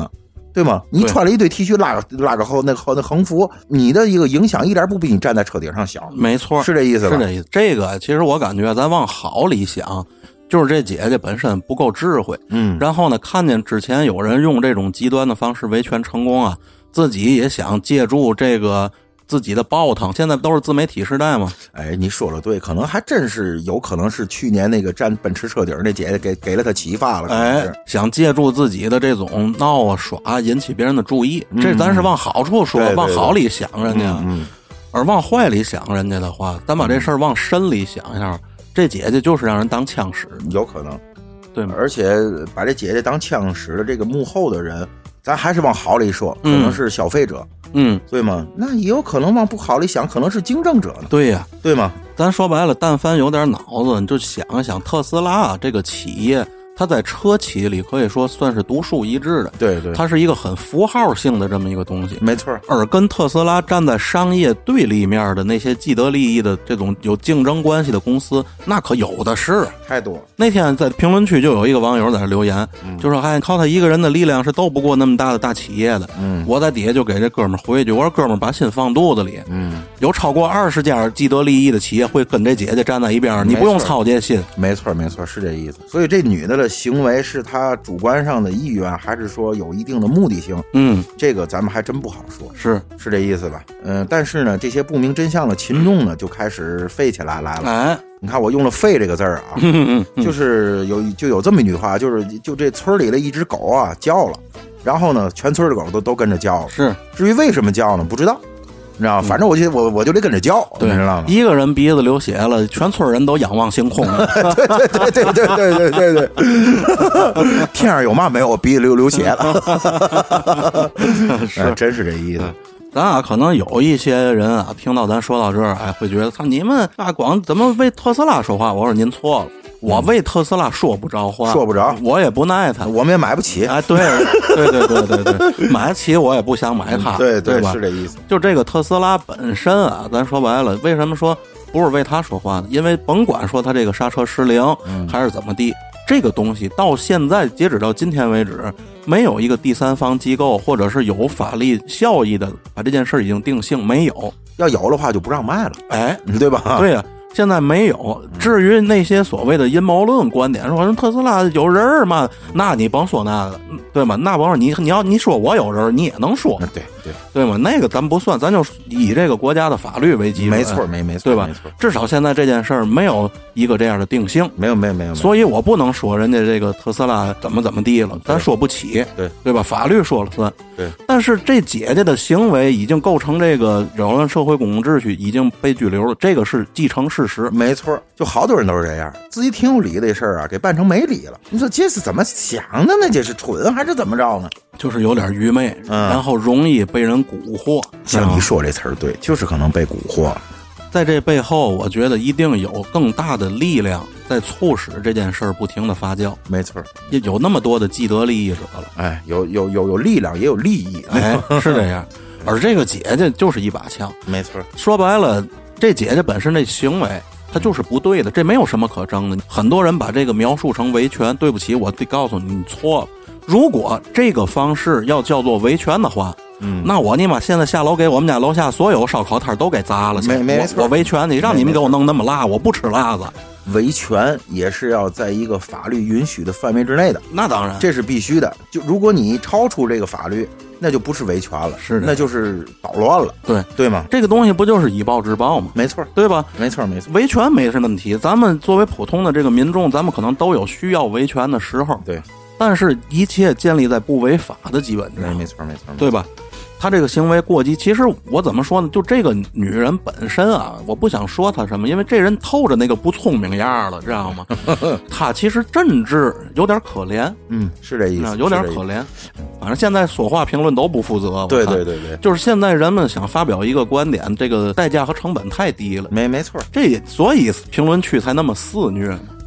对吗？你穿了一堆 T 恤，拉个那横幅，你的一个影响一点不比你站在车顶上小。 没错， 是这意思吧？ 是这意思。这个其实我感觉咱往好里想，就是这姐姐本身不够智慧，然后呢，看见之前有人用这种极端的方式维权成功啊，自己也想借助这个自己的爆腾，现在都是自媒体时代嘛。 哎，你说的对，可能还真是有可能是去年那个站奔驰车顶那姐姐给了他启发了。 哎，想借助自己的这种闹啊耍引起别人的注意，这咱是往好处说，往好里想人家。而往坏里想人家的话，咱把这事儿往深里想一下，这姐姐就是让人当枪使， 有可能， 对吗？ 而且把这姐姐当枪使的这个幕后的人，咱还是往好里说，可能是消费者，对吗？那也有可能往不好里想，可能是竞争者呢。 对呀， 对吗？ 咱说白了，但凡有点脑子，你就想一想，特斯拉这个企业，它在车企里可以说算是独树一帜的。 对对， 它是一个很符号性的这么一个东西。 没错。 而跟特斯拉站在商业对立面的那些既得利益的这种有竞争关系的公司，那可有的是， 太多。 那天在评论区就有一个网友在那留言，就说靠他一个人的力量是斗不过那么大的大企业的。我在底下就给这哥们儿回一句，我说哥们儿把心放肚子里。有超过20家既得利益的企业会跟这姐姐站在一边，你不用操这心。 没错没错，是这意思。所以这女的的行为是她主观上的意愿，还是说有一定的目的性？这个咱们还真不好说。是这意思吧？但是呢，这些不明真相的群众呢，就开始废起来了。哎，你看我用了废这个字儿啊，就是有这么一句话，就这村里的一只狗啊叫了，然后呢，全村的狗都跟着叫了。是，至于为什么叫呢，不知道。你知道，反正我就得跟着叫，你知道吗？ 一个人鼻子流血了，全村人都仰望星空了。 对，天上有嘛没有？我鼻子流血了。是，真是这意思。 咱可能有一些人啊，听到咱说到这儿，会觉得，你们光怎么为特斯拉说话？我说您错了。我为特斯拉说不着话，我也不耐他， 我们也买不起。 对，买得起我也不想买它， 对吧？ 是这意思。 就这个特斯拉本身啊，咱说白了，为什么说不是为他说话呢？因为甭管说他这个刹车失灵，还是怎么地，这个东西到现在截止到今天为止，没有一个第三方机构或者是有法律效益的把这件事已经定性，没有。 要有的话就不让卖了，对吧？ 对呀。现在没有。至于那些所谓的阴谋论观点，说特斯拉有人嘛，那你甭说那个，对吗？那甭说你说我有人，你也能说，对吗？那个咱不算，咱就以这个国家的法律为基本， 没错， 对吧？至少现在这件事儿没有一个这样的定性， 没有， 所以我不能说人家这个特斯拉怎么地了，咱说不起，对吧？法律说了算，但是这姐姐的行为已经构成这个扰乱社会公共秩序，已经被拘留了，这个是既成事实， 没错。就好多人都是这样，自己挺有理的事儿啊，给办成没理了。你说这是怎么想的呢？这是蠢还是怎么着呢？ 就是有点愚昧，然后容易被人蛊惑。 像你说这词儿对，就是可能被蛊惑。 在这背后，我觉得一定有更大的力量在促使这件事儿不停的发酵。 没错， 有那么多的既得利益者了。 有力量，也有利益。 是这样。而这个姐姐就是一把枪。 没错。 说白了，这姐姐本身这行为，她就是不对的，这没有什么可争的。很多人把这个描述成维权，对不起，我得告诉你，你错了。如果这个方式要叫做维权的话，那我尼玛现在下楼给我们家楼下所有烧烤摊都给砸了去。 没错， 我维权你让你们给我弄那么辣，我不吃辣子。 维权也是要在一个法律允许的范围之内的， 那当然， 这是必须的。就如果你超出这个法律，那就不是维权了， 是的， 那就是捣乱了，对吗？ 这个东西不就是以暴制暴吗？ 没错， 对吧？ 没错。 维权没什么问题，咱们作为普通的这个民众，咱们可能都有需要维权的时候， 对。 但是一切建立在不违法的基本上， 没错， 对吧？他这个行为过激，其实我怎么说呢？就这个女人本身啊，我不想说她什么，因为这人透着那个不聪明样了，知道吗？她其实真挚有点可怜， 是这意思， 有点可怜。反正现在说话评论都不负责， 对， 就是现在人们想发表一个观点，这个代价和成本太低了， 没错。 所以评论区才那么肆虐。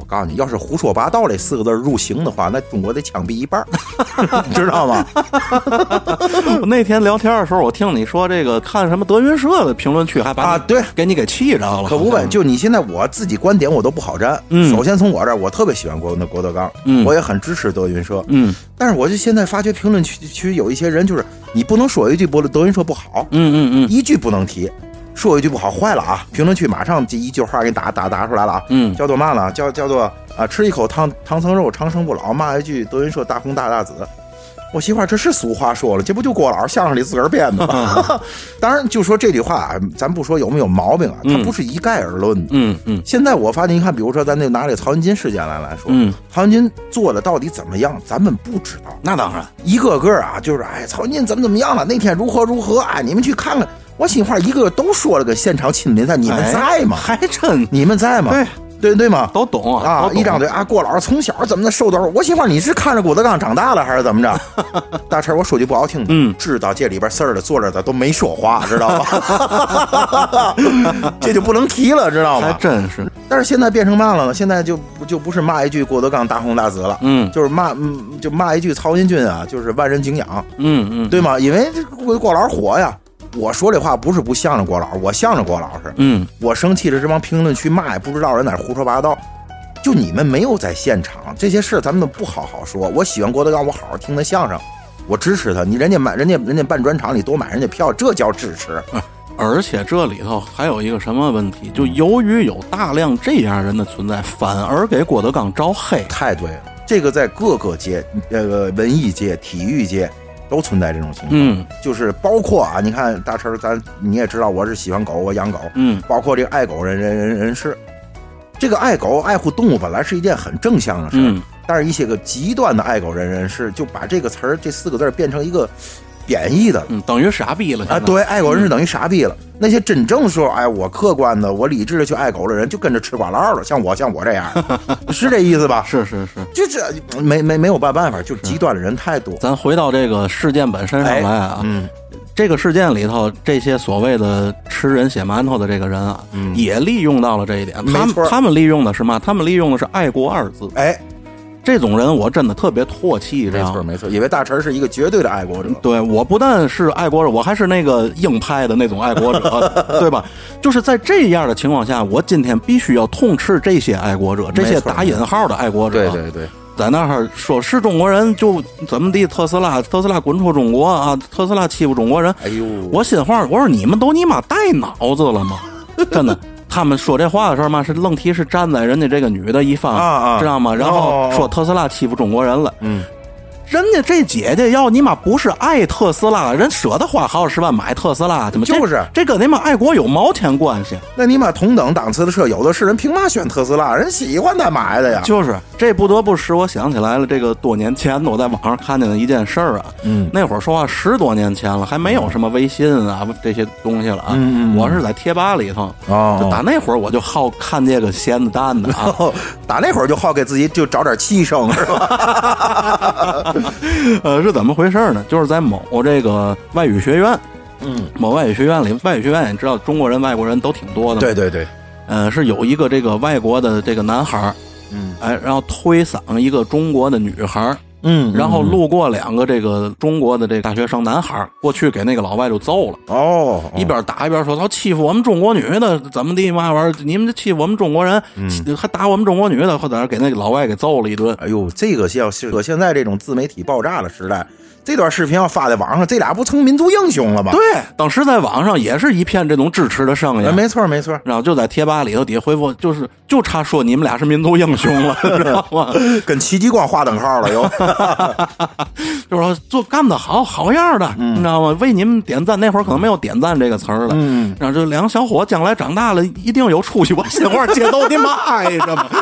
告诉你，要是胡说八道这4个字入刑的话，那中国得枪毙一半，你知道吗？ 我那天聊天的时候，我听你说这个看什么德云社的评论区，还把对给你给气着了。 可不呗，就你现在我自己观点我都不好站。首先从我这儿，我特别喜欢郭德纲，我也很支持德云社。但是我就现在发觉评论区有一些人，就是你不能说一句德云社不好，一句不能提。说一句不好坏了啊！评论区马上这一句话给你打出来了啊！叫做嘛呢？叫做吃一口唐僧肉长生不老，骂一句德云社大红大紫。我媳妇儿这是俗话说了，这不就郭老相声里自个儿编的吗？当然，就说这句话，咱不说有没有毛病啊，它不是一概而论的。现在我发现，你看，比如说咱拿这曹云金事件来说，曹云金做的到底怎么样，咱们不知道。 那当然， 一个个啊，就是曹云金怎么样了，那天如何，你们去看看。我心话一个个都说了个现场亲临赛，你们在吗？ 还真你们在吗？对吗？ 都懂啊！一张嘴啊，郭老师从小怎么的受多少？我心话你是看着郭德纲长大了还是怎么着？大陈，我说句不好听的，知道这里边事儿的坐着的都没说话，知道吧？这就不能提了，知道吗？ 还真是。 但是现在变成嘛了呢？现在就不是骂一句郭德纲大红大紫了，就是骂一句曹云金啊，就是万人敬仰，对吗？因为这郭老师火呀。我说这话不是不向着郭老师，我向着郭老师。我生气的这帮评论区骂也不知道人在胡说八道，就你们没有在现场，这些事咱们都不好好说。我喜欢郭德纲，我好好听他相声，我支持他。你人家办专场，你多买人家票，这叫支持。 而且这里头还有一个什么问题，就由于有大量这样人的存在，反而给郭德纲招黑。 太对了，这个在各个界，文艺界、体育界。都存在这种情况，就是包括啊，你看大陈，你也知道我是喜欢狗，我养狗，包括这个爱狗人士，这个爱狗爱护动物本来是一件很正向的事，但是一些个极端的爱狗人士就把这个词儿这4个字变成一个贬义的， 等于傻逼了啊！对，爱狗人士等于傻逼了。那些真正说哎，我客观的，我理智的去爱狗的人，就跟着吃瓜唠了，像我这样，是这意思吧？ 是， 就这没有办法，就极端的人太多。 咱回到这个事件本身上来啊，这个事件里头，这些所谓的吃人血馒头的这个人啊，也利用到了这一点。他们利用的是嘛？他们利用的是爱国2字。这种人我真的特别唾弃， 没错，因为大陈是一个绝对的爱国者。 对，我不但是爱国者，我还是那个硬派的那种爱国者，对吧？就是在这样的情况下，我今天必须要痛斥这些爱国者，这些打引号的爱国者。 对， 在那儿说是中国人就怎么地，特斯拉滚出中国啊，特斯拉欺负中国人。哎呦，我心话，我说你们都你妈带脑子了吗？真的。他们说这话的时候嘛，是愣提是站在人家这个女的一方，知道吗？然后说特斯拉欺负中国人了。人家这姐姐要你妈不是爱特斯拉，人舍得花好10万买特斯拉，怎么就是这跟你妈爱国有毛钱关系？ 那你妈同等档次的车，有的是人凭嘛选特斯拉？人喜欢他买的呀。 就是这不得不使我想起来了，这个多年前我在网上看见的一件事儿啊。那会儿说话10多年前了，还没有什么微信啊这些东西了啊。我是在贴吧里头，就打那会儿我就好看这个闲的蛋的啊， 打那会儿就好给自己就找点气声，是吧？ 是怎么回事呢？就是在某这个外语学院，某外语学院里，外语学院你知道中国人、外国人都挺多的。 对， 是有一个这个外国的这个男孩，然后推搡一个中国的女孩，然后路过2个这个中国的这个大学生男孩，过去给那个老外就揍了。一边打一边说他欺负我们中国女的，怎么地嘛玩意儿？你们这欺负我们中国人，还打我们中国女的，或者给那个老外给揍了一顿。 哎呦，这个像现在这种自媒体爆炸的时代。这段视频要发在网上，这俩不成民族英雄了吗？ 对，当时在网上也是一片这种支持的声音。 没错， 然后就在贴吧里头底下回复，就差说你们俩是民族英雄了，知道吗？ 跟戚继光划等号了又。 就是说做干得好样的，你知道吗？为你们点赞，那会儿可能没有点赞这个词儿了。然后这2个小伙将来长大了一定有出息。我心话街头你妈挨着嘛。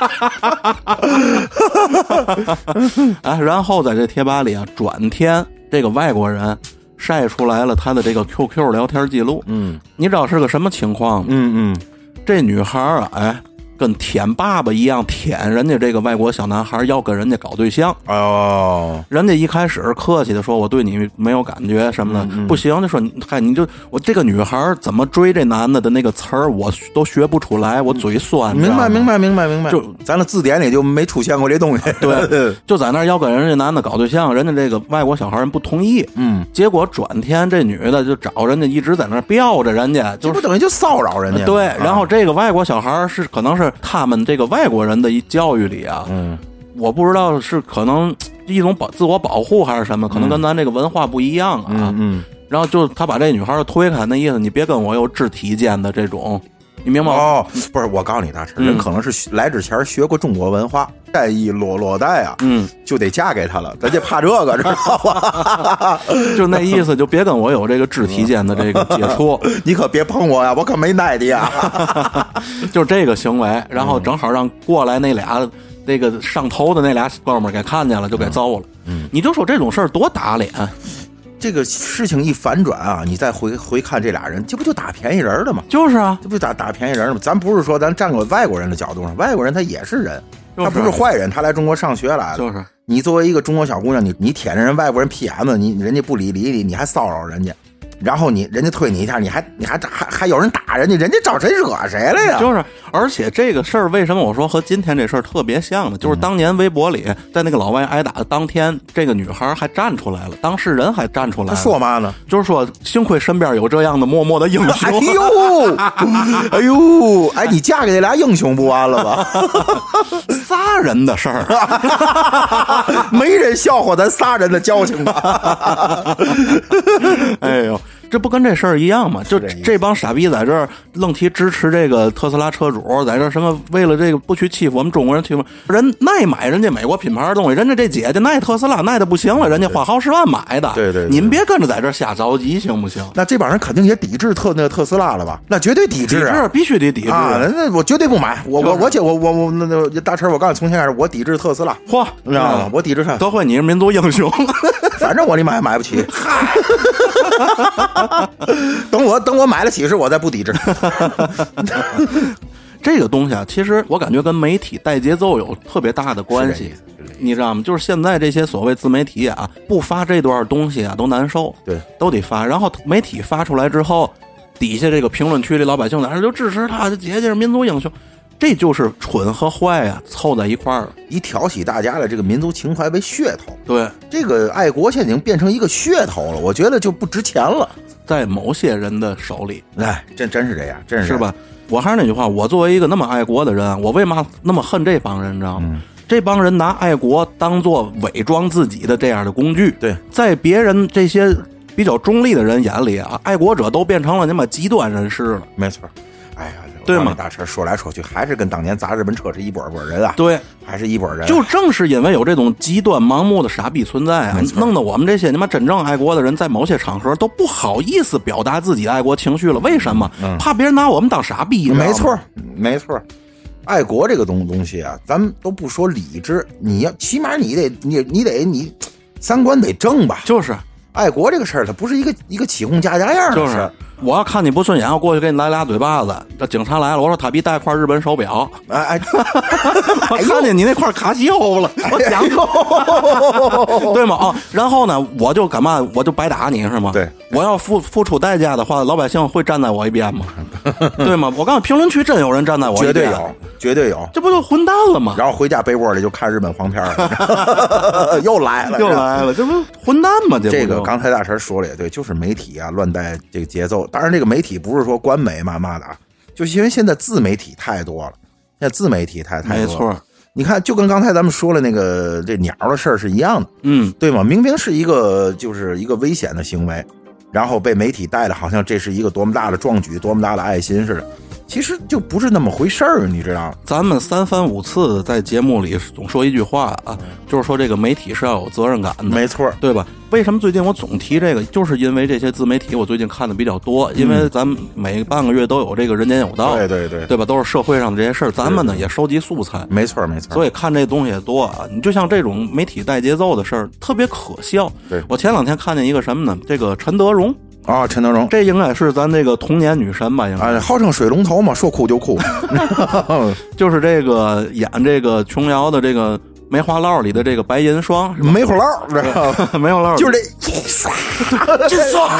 然后在这贴吧里啊，转天这个外国人晒出来了他的这个 QQ 聊天记录。你知道是个什么情况吗？这女孩啊， 跟舔爸爸一样舔人家这个外国小男孩要跟人家搞对象。 哦， 人家一开始客气的说我对你没有感觉什么的，不行就说嗨，你就我这个女孩怎么追这男的那个词儿我都学不出来，我嘴酸。 明白，就咱的字典里就没出现过这东西。 对，就在那要跟人家男的搞对象，人家这个外国小孩人不同意。结果转天这女的就找人家一直在那吊着人家， 这不等于就骚扰人家。 对，然后这个外国小孩是可能是他们这个外国人的一教育里啊，我不知道是可能一种自我保护还是什么，可能跟咱这个文化不一样啊。然后就他把这女孩推开，那意思你别跟我有肢体间的这种，你明白吗？ 哦，不是，我告诉你，大陈，人可能是来之前学过中国文化，带一落带啊，就得嫁给他了，咱就怕这个，知道吧？ 就那意思，就别跟我有这个肢体间的这个接触， 你可别碰我呀，我可没奶的呀。 就这个行为，然后正好让过来那俩那个上头的那俩哥们儿给看见了，就给揍了。你就说这种事儿多打脸。 这个事情一反转啊，你再回看这俩人，这不就打便宜人的吗？ 就是啊， 这不就打便宜人的吗？咱不是说咱站个外国人的角度上，外国人他也是人，他不是坏人，他来中国上学来了。 就是你作为一个中国小姑娘，你舔着人外国人屁眼子，人家不理你，你还骚扰人家。然后人家推你一下，你还有人打人家，人家找谁惹谁了呀？ 就是，而且这个事儿为什么我说和今天这事儿特别像呢？就是当年微博里在那个老外挨打的当天，这个女孩还站出来了，当事人还站出来了。 他说嘛呢？ 就是说，幸亏身边有这样的默默的英雄。 哎呦，哎，你嫁给这俩英雄不完了吧？ 仨人的事儿， 没人笑话咱仨人的交情吧？ 哎呦，这不跟这事儿一样吗？就这帮傻逼在这儿愣提支持这个特斯拉车主，在这儿什么为了这个不去欺负我们中国人，欺负人耐买人家美国品牌的东西，人家这姐姐耐特斯拉耐的不行了，人家花好10万买的。 对， 你们别跟着在这儿瞎着急行不行？ 那这帮人肯定也抵制那个特斯拉了吧？那绝对抵制啊， 必须得抵制啊！那我绝对不买，我那大陈，我告诉你，从现在开始我抵制特斯拉。 嚯， 你知道吗？我抵制他。 德惠，你是民族英雄。 反正我买不起。等我买得起时，我再不抵制。 这个东西啊，其实我感觉跟媒体带节奏有特别大的关系，你知道吗？就是现在这些所谓自媒体啊，不发这段东西啊都难受， 对， 都得发。然后媒体发出来之后，底下这个评论区里老百姓在那就支持他的姐姐是民族英雄。这就是蠢和坏啊凑在一块儿了， 以挑起大家的这个民族情怀为噱头。 对， 这个爱国现在已经变成一个噱头了，我觉得就不值钱了， 在某些人的手里。 哎，真是这样，真是吧？我还是那句话，我作为一个那么爱国的人，我为嘛那么恨这帮人，你知道吗？这帮人拿爱国当做伪装自己的这样的工具。 对， 在别人这些比较中立的人眼里啊，爱国者都变成了那么极端人士了。 没错。哎呀， 对吗？ 大车说来说去还是跟当年砸日本车是一拨人啊。 对， 还是一拨人。 就正是因为有这种极端盲目的傻逼存在啊，弄得我们这些他妈真正爱国的人，在某些场合都不好意思表达自己爱国情绪了。为什么？怕别人拿我们当傻逼。 没错，没错。爱国这个东西啊，咱们都不说理智，你要起码你三观得正吧。 就是爱国这个事儿，它不是一个起哄架样的事儿。 我要看你不顺眼，我过去给你来俩嘴巴子。这警察来了，我说他比带块日本手表。我看见你那块卡西欧了，我讲究，对吗？然后呢，我就干嘛？我就白打你是吗？ 对， 我要付出代价的话，老百姓会站在我一边吗？对吗？我告诉你，评论区真有人站在我一边， 绝对有， 这不就混蛋了吗？ 然后回家被窝里就看日本黄片了，又来了， 这不混蛋吗？ 这个刚才大神说了也对，就是媒体啊乱带这个节奏。当然，这个媒体不是说官媒嘛的啊，就是因为现在自媒体太多了，现在自媒体太多了。 没错， 你看，就跟刚才咱们说了那个这鸟的事儿是一样的，对吗？明明是一个危险的行为，然后被媒体带的好像这是一个多么大的壮举，多么大的爱心似的。其实就不是那么回事儿，你知道？ 咱们3番5次在节目里总说一句话啊，就是说这个媒体是要有责任感的， 没错， 对吧？为什么最近我总提这个？就是因为这些自媒体我最近看的比较多，因为咱们每半个月都有这个人间有道，对吧？都是社会上的这些事儿，咱们呢也收集素材， 没错， 所以看这东西也多啊。你就像这种媒体带节奏的事儿，特别可笑。 对， 我前2天看见一个什么呢？这个陈德容。 啊，陈德容， 这应该是咱这个童年女神吧？应该号称水龙头嘛，说哭就哭。 就是这个演这个琼瑶的这个梅花烙里的这个白银霜， 梅花烙，知道吗？ 梅花烙就是这银霜， 银霜，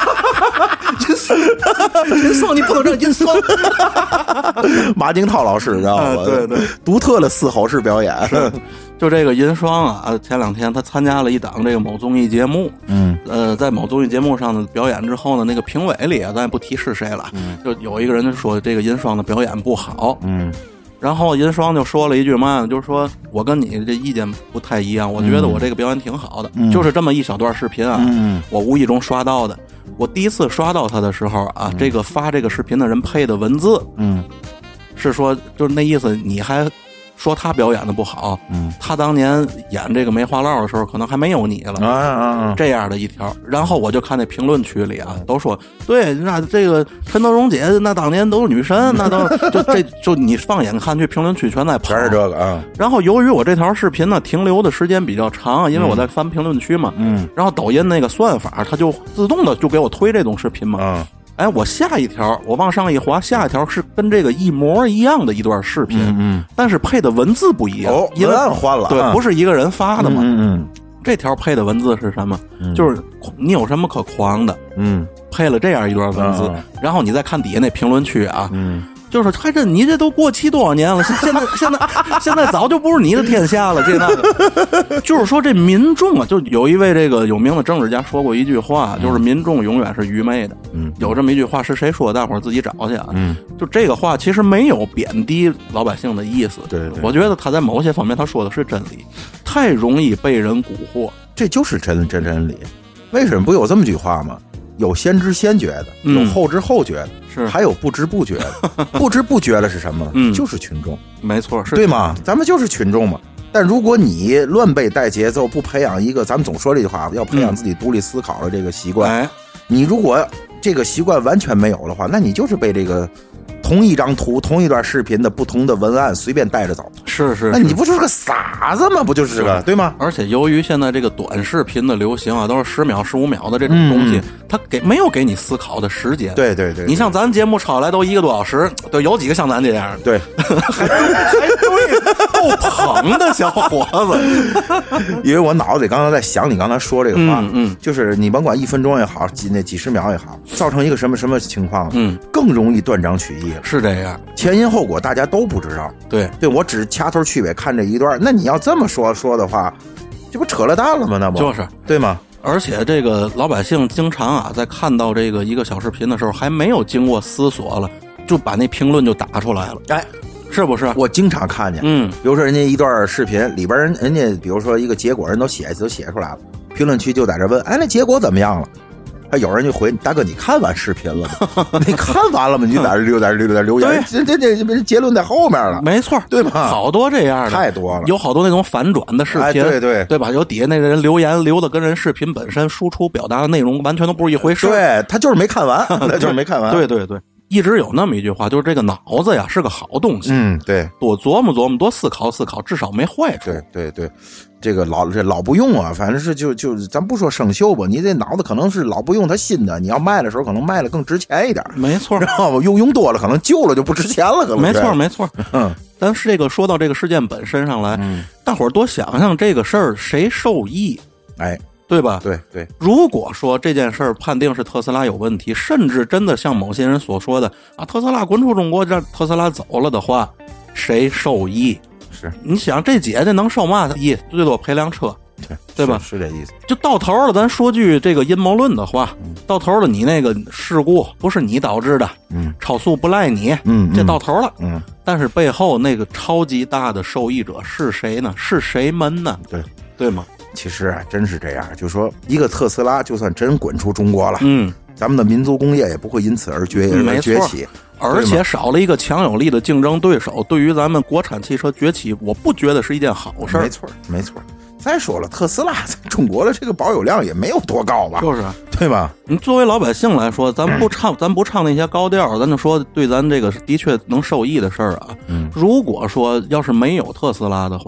银霜，你不能这银霜。 马景涛老师知道吗？ 对对， 独特的嘶吼式表演。 就这个银霜啊，前2天他参加了一档这个某综艺节目，在某综艺节目上的表演之后呢，那个评委里啊，咱也不提是谁了，就有一个人就说这个银霜的表演不好，然后银霜就说了一句嘛，就是说我跟你这意见不太一样，我觉得我这个表演挺好的，就是这么一小段视频啊，我无意中刷到的。我第一次刷到他的时候啊，这个发这个视频的人配的文字，是说就是那意思，你还说他表演的不好，他当年演这个梅花烙的时候可能还没有你了，这样的一条。然后我就看那评论区里啊，都说对，那这个陈德容姐那当年都是女神，那都就你放眼看去，评论区全在跑， 全是这个啊。然后由于我这条视频呢停留的时间比较长，因为我在翻评论区嘛，然后抖音那个算法它就自动的就给我推这种视频嘛，哎，我下一条，我往上一滑，下一条是跟这个一模一样的一段视频，但是配的文字不一样， 文案换了， 对，不是一个人发的嘛，这条配的文字是什么？就是你有什么可狂的，配了这样一段文字，然后你再看底下那评论区啊，就是还这你这都过期多少年了，现在早就不是你的天下了，这那个，就是说这民众啊，就有一位这个有名的政治家说过一句话，就是民众永远是愚昧的，有这么一句话是谁说的？大伙儿自己找去啊，就这个话其实没有贬低老百姓的意思， 对， 我觉得他在某些方面他说的是真理，太容易被人蛊惑， 这就是真理。为什么不有这么句话吗？有先知先觉的，有后知后觉的， 是还有不知不觉的。不知不觉的是什么？就是群众， 没错，是对吗？咱们就是群众嘛。但如果你乱背带节奏，不培养一个，咱们总说这句话，要培养自己独立思考的这个习惯。你如果这个习惯完全没有的话，那你就是被这个同一张图、同一段视频的不同的文案随便带着走。 是， 那你不就是个傻子吗？不就是个对吗？ 而且由于现在这个短视频的流行啊，都是10秒、15秒的这种东西，它没有给你思考的时间。 对， 你像咱节目抄来都1个多小时，对，有几个像咱这样的？ 对， 还对，够捧的小伙子。 因为我脑子里刚才在想你刚才说这个话，就是你甭管1分钟也好，几十秒也好，造成一个什么情况，更容易断章取义。 是这样， 前因后果大家都不知道。对，我只掐头去尾看这一段，那你要这么说的话，这不扯了蛋了吗？那不就是对吗？ 而且这个老百姓经常啊，在看到这个一个小视频的时候，还没有经过思索了，就把那评论就打出来了。哎，是不是？ 我经常看见，比如说人家一段视频里边人家比如说一个结果，人都写出来了，评论区就在这问，哎，那结果怎么样了？还有人就回大哥，你看完视频了吗？你看完了吗？你就在这留言，这结论在后面了， 没错， 对吧？ 好多这样的， 太多了， 有好多那种反转的视频，对吧？有底下那个人留言留的跟人视频本身输出表达的内容完全都不是一回事， 对他就是没看完，就是没看完， 对，一直有那么一句话，就是这个脑子呀是个好东西， 对， 多琢磨琢磨，多思考思考，至少没坏处。 对，这个老不用啊，反正是就咱不说生锈吧，你这脑子可能是老不用它新的，你要卖的时候可能卖的更值钱一点， 没错。 然后用多了可能旧了就不值钱了，可能没错。但是这个说到这个事件本身上来，大伙儿多想想这个事儿谁受益， 哎。 对吧？ 对。 如果说这件事儿判定是特斯拉有问题，甚至真的像某些人所说的啊，特斯拉滚出中国，让特斯拉走了的话，谁受益？ 是你想这姐姐能受嘛？最多赔辆车，对吧？ 是这意思。 就到头了，咱说句这个阴谋论的话，到头了，你那个事故不是你导致的，超速不赖你，这到头了，但是背后那个超级大的受益者是谁呢？是谁们呢？对吗？ 其实啊，真是这样，就是说一个特斯拉就算真滚出中国了，咱们的民族工业也不会因此而崛起， 而且少了一个强有力的竞争对手，对于咱们国产汽车崛起，我不觉得是一件好事。 没错。再说了，特斯拉在中国的这个保有量也没有多高吧？ 就是对吧？ 你作为老百姓来说，咱不唱那些高调，咱就说对咱这个的确能受益的事儿啊。如果说要是没有特斯拉的话，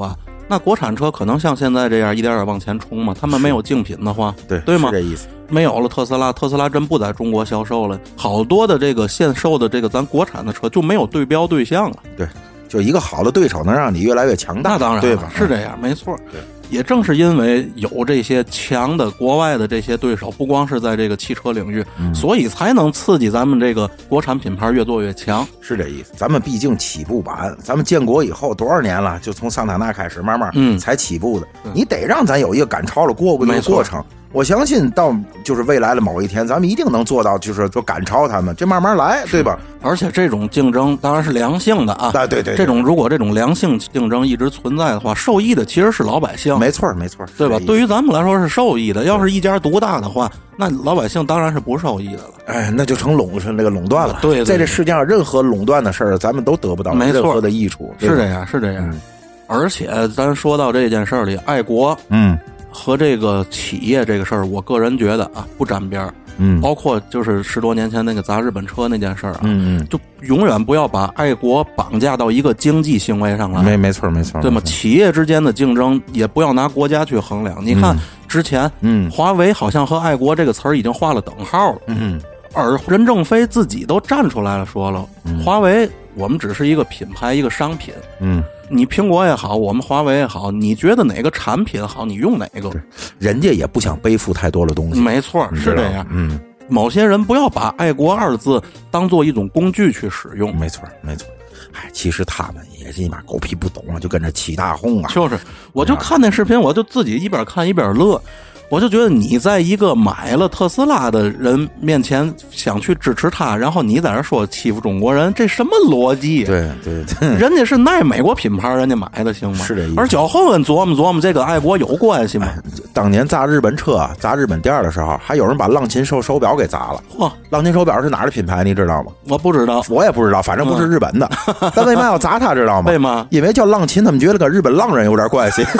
那国产车可能像现在这样一点点往前冲嘛？他们没有竞品的话，对吗？ 是这意思。 没有了特斯拉，特斯拉真不在中国销售了，好多的这个现售的这个咱国产的车就没有对标对象了。 对，就一个好的对手能让你越来越强大。 那当然对吧？ 是这样，没错。 对。 也正是因为有这些强的国外的这些对手，不光是在这个汽车领域，所以才能刺激咱们这个国产品牌越做越强。 是这意思。咱们毕竟起步晚，咱们建国以后多少年了，就从桑塔纳开始慢慢才起步的。你得让咱有一个赶超了过的过程。我相信到就是未来的某一天，咱们一定能做到，就是说赶超他们，这慢慢来，对吧？ 而且这种竞争当然是良性的啊， 对， 如果这种良性竞争一直存在的话，受益的其实是老百姓， 没错， 对吧？对于咱们来说是受益的，要是一家独大的话，那老百姓当然是不受益的了。 哎，那就成垄断了。 对， 在这世界上任何垄断的事儿，咱们都得不到任何的益处。 是这样。而且咱说到这件事儿里，爱国，和这个企业这个事儿，我个人觉得啊，不沾边儿。包括就是10多年前那个砸日本车那件事儿啊，就永远不要把爱国绑架到一个经济行为上来。 没错， 对吗？企业之间的竞争也不要拿国家去衡量。你看之前，华为好像和爱国这个词儿已经画了等号了。而任正非自己都站出来了，说了，华为我们只是一个品牌，一个商品。你苹果也好，我们华为也好，你觉得哪个产品好，你用哪个。 人家也不想背负太多的东西。 没错，是这样。某些人不要把爱国2字当做一种工具去使用。 没错。哎，其实他们也是一码狗屁不懂啊，就跟着起大哄啊。 就是，我就看那视频，我就自己一边看一边乐。我就觉得你在一个买了特斯拉的人面前想去支持他，然后你在这说欺负中国人，这什么逻辑？ 对， 人家是耐美国品牌，人家买的行吗？ 是这意思。 而脚后跟琢磨，这跟爱国有关系吗？ 当年砸日本车、砸日本店的时候，还有人把浪琴手表给砸了。浪琴手表是哪儿的品牌？你知道吗？ 我不知道， 我也不知道，反正不是日本的。但为嘛要砸他？知道吗？ 为嘛？ 因为叫浪琴，他们觉得跟日本浪人有点关系。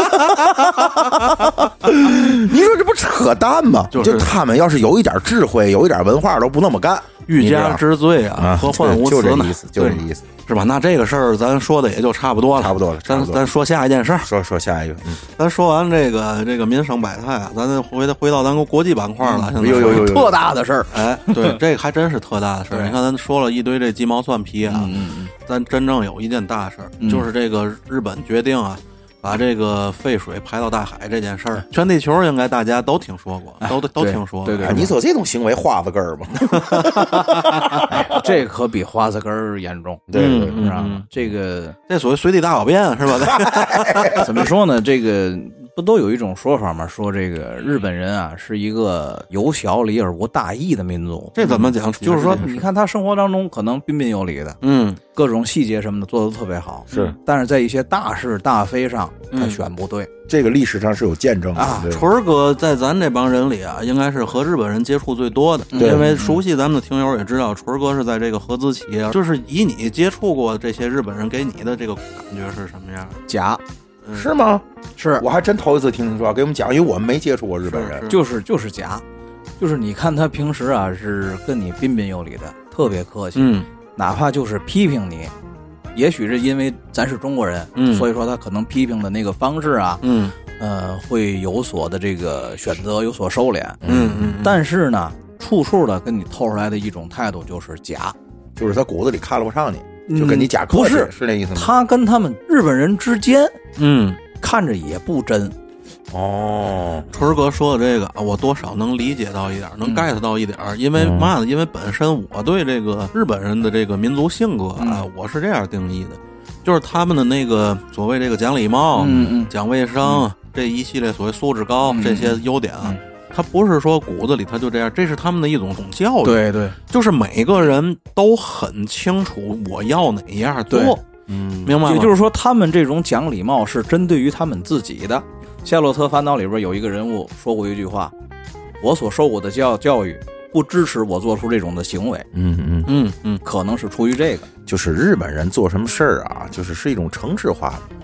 你说这不扯淡吗？就他们要是有一点智慧，有一点文化，都不那么干。 欲加之罪啊，何患无辞呢？ 就这意思， 是吧？那这个事儿咱说的也就差不多了。咱说下一件事儿。 说下一个。 咱说完这个民生百态啊，咱回到咱国际板块了。 有特大的事儿。 哎，对，这个还真是特大的事儿。你看，咱说了一堆这鸡毛蒜皮啊，咱真正有一件大事儿，就是这个日本决定啊，把这个废水排到大海这件事儿，全地球应该大家都听说过，都听说过。 对， 你说这种行为花子根儿吗？ 这可比花子根儿严重， 对， 是吧？这属于随地大小便是吧？ 怎么说呢？这个不都有一种说法吗？说这个日本人啊是一个有小礼而无大义的民族。 这怎么讲？ 就是说，你看他生活当中可能彬彬有礼的，各种细节什么的做得特别好， 是。 但是在一些大是大非上，他选不对。 这个历史上是有见证的啊。纯哥在咱这帮人里啊，应该是和日本人接触最多的，因为熟悉咱们的听友也知道，纯哥是在这个合资企业，就是以你接触过这些日本人给你的这个感觉是什么样？ 假。 是吗？ 是， 我还真头一次听说，给我们讲，因为我们没接触过日本人。 就是假，就是你看他平时啊是跟你彬彬有礼的，特别客气，哪怕就是批评你，也许是因为咱是中国人，所以说他可能批评的那个方式啊，会有所的这个选择，有所收敛，但是呢，处处的跟你透出来的一种态度就是假， 就是他骨子里看不上你。就跟你假客气，是那意思吗？ 他跟他们日本人之间，看着也不真。 哦， 春哥说的这个，我多少能理解到一点，能 get 到一点，因为嘛呢？因为本身我对这个日本人的这个民族性格啊，我是这样定义的，就是他们的那个所谓这个讲礼貌、讲卫生这一系列所谓素质高这些优点啊。他不是说骨子里他就这样，这是他们的一种教育。 对， 就是每个人都很清楚我要哪样做，明白吗？ 也就是说，他们这种讲礼貌是针对于他们自己的。《夏洛特烦恼》里边有一个人物说过一句话：“我所受过的教育不支持我做出这种的行为。”可能是出于这个， 就是日本人做什么事儿啊，就是一种程式化的。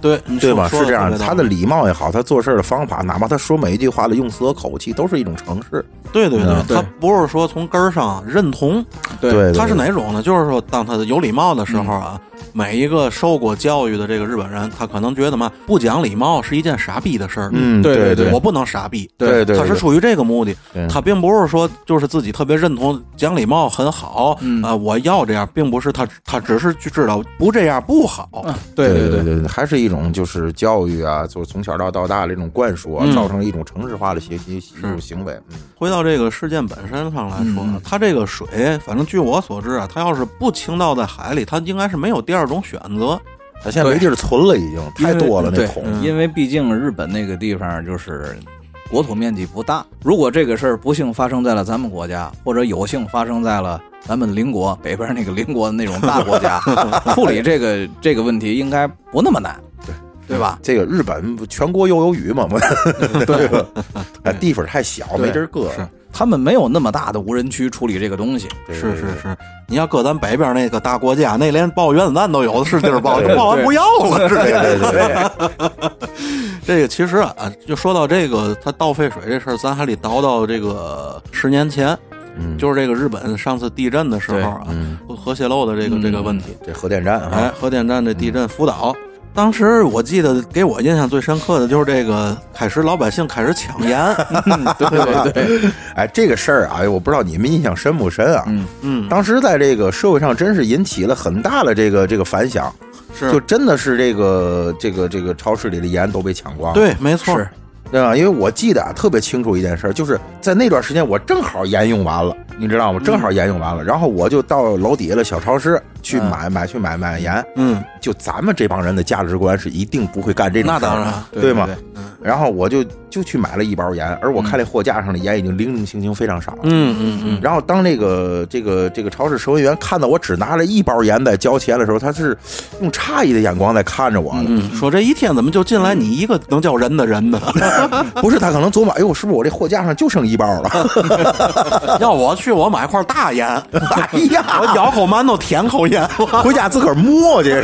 对吧？是这样，他的礼貌也好，他做事的方法，哪怕他说每一句话的用词和口气，都是一种诚实。 对，他不是说从根儿上认同， 对， 他是哪种呢？就是说，当他有礼貌的时候啊。每一个受过教育的这个日本人，他可能觉得嘛，不讲礼貌是一件傻逼的事儿。 对， 我不能傻逼。 对， 他是出于这个目的，他并不是说就是自己特别认同讲礼貌很好我要这样，并不是他只是去知道不这样不好。 对，还是一种就是教育啊，就是从小到大的这种灌输啊，造成了一种城市化的学习行为。 回到这个事件本身上来说，它这个水，反正据我所知啊，它要是不倾倒在海里，它应该是没有第二种选择。 它现在没地儿存了，已经太多了那桶。 因为毕竟日本那个地方就是国土面积不大，如果这个事儿不幸发生在了咱们国家，或者有幸发生在了咱们邻国北边那个邻国的那种大国家，处理这个问题应该不那么难。对吧？ 这个日本全国又有雨嘛，对吧？地方太小，没地儿搁。 他们没有那么大的无人区处理这个东西。 是，你要搁咱北边那个大国家，那连爆原子弹都有的是地儿爆，爆完不要了，是对。 这个其实啊，就说到这个他倒废水这事儿，咱还得倒到这个10年前。就是这个日本上次地震的时候啊，核泄漏的这个问题， 这核电站， 核电站这地震福岛。当时我记得给我印象最深刻的就是这个老百姓开始抢盐。 对， 哎，这个事儿啊，我不知道你们印象深不深啊？当时在这个社会上真是引起了很大的这个反响，就真的是这个超市里的盐都被抢光了。 对，没错。 对吧？因为我记得特别清楚一件事，就是在那段时间我正好盐用完了，你知道吗？正好盐用完了，然后我就到楼底下的小超市去买盐。就咱们这帮人的价值观是一定不会干这种事， 那当然， 对吗？然后我就去买了1包盐，而我看那货架上的盐已经零零星星非常少了。然后当这个超市收银员看到我只拿了1包盐在交钱的时候，他是用诧异的眼光在看着我的， 说这一天怎么就进来你一个能叫人的人呢？ 不是，他可能琢磨，哎呦，是不是我这货架上就剩1包了？ 要我去，我买块大盐。 哎呀， 我咬口馒头舔口盐， 回家自个儿磨去。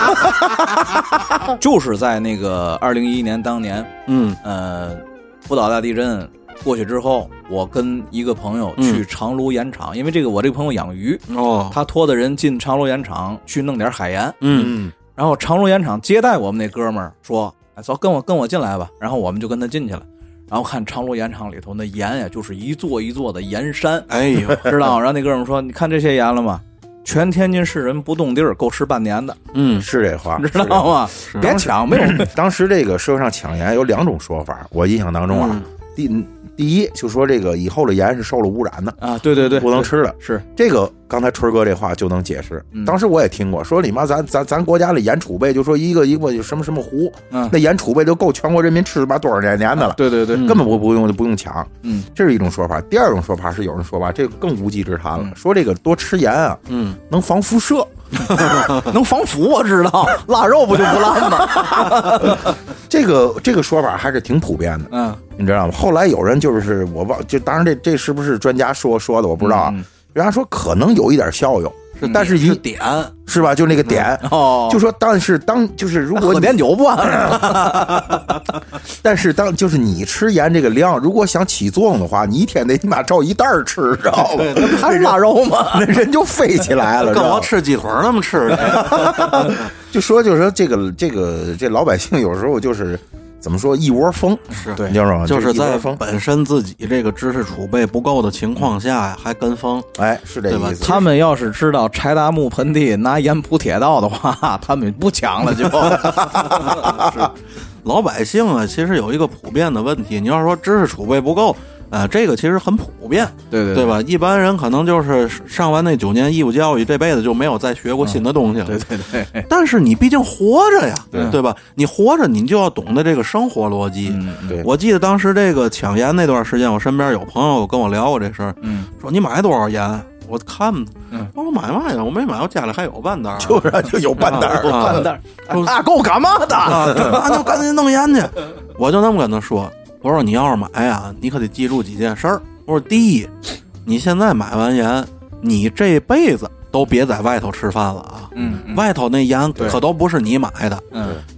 就是在那个2011年当年，福岛大地震过去之后，我跟一个朋友去长芦盐场，因为我这个朋友养鱼，他托的人进长芦盐场去弄点海盐，然后长芦盐场接待我们那哥们儿说，哎，走，跟我进来吧，然后我们就跟他进去了。然后看长芦盐场里头那盐呀，就是一座一座的盐山， 哎呦， 知道？然后那哥们说：“你看这些盐了吗？全天津市人不动地儿，够吃半年的。” 是这话， 知道吗？别抢，没有。 当时这个社会上抢盐有2种说法，我印象当中啊，第一就说这个以后的盐是受了污染的啊，对， 不能吃了。 是这个，刚才春哥这话就能解释。当时我也听过，说你妈咱国家的盐储备，就说一个什么湖，那盐储备就够全国人民吃多少年的了。 对，根本不用抢。这是一种说法。第2种说法是有人说吧，这个更无稽之谈了，说这个多吃盐啊，能防辐射。 能防腐，我知道，腊肉不就不烂吗？ 这个说法还是挺普遍的，你知道吗？后来有人就是我忘，就当然这是不是专家说的我不知道啊。人家说可能有一点效用，但是一点是吧？就那个点就说，但是就是如果喝点酒不完， 但是就是你吃盐这个量，如果想起作用的话，你一天得你妈照1袋吃，知道吗？ 那不还是腊肉吗？ 那人就飞起来了， 跟我吃鸡腿那么吃的。 就说这老百姓有时候就是怎么说一窝蜂， 是对，你知道吗？ 就是在本身自己这个知识储备不够的情况下还跟风， 哎，是这意思。 他们要是知道柴达木盆地拿盐铺铁道的话，他们不抢了就。 是老百姓啊，其实有一个普遍的问题，你要说知识储备不够。这个其实很普遍，对吧？一般人可能就是上完那9年义务教育，这辈子就没有再学过新的东西了。 对。 但是你毕竟活着呀，对吧？你活着，你就要懂得这个生活逻辑。 对。 我记得当时这个抢盐那段时间，我身边有朋友跟我聊过这事儿，说你买多少盐？我看，我买嘛呀？我没买，我家里还有半袋， 就有半袋， 半袋，那够干嘛的？ 那就赶紧弄盐去。我就那么跟他说。我说你要是买啊，你可得记住几件事儿。我说第一，你现在买完盐，你这辈子都别在外头吃饭了啊。外头那盐可都不是你买的。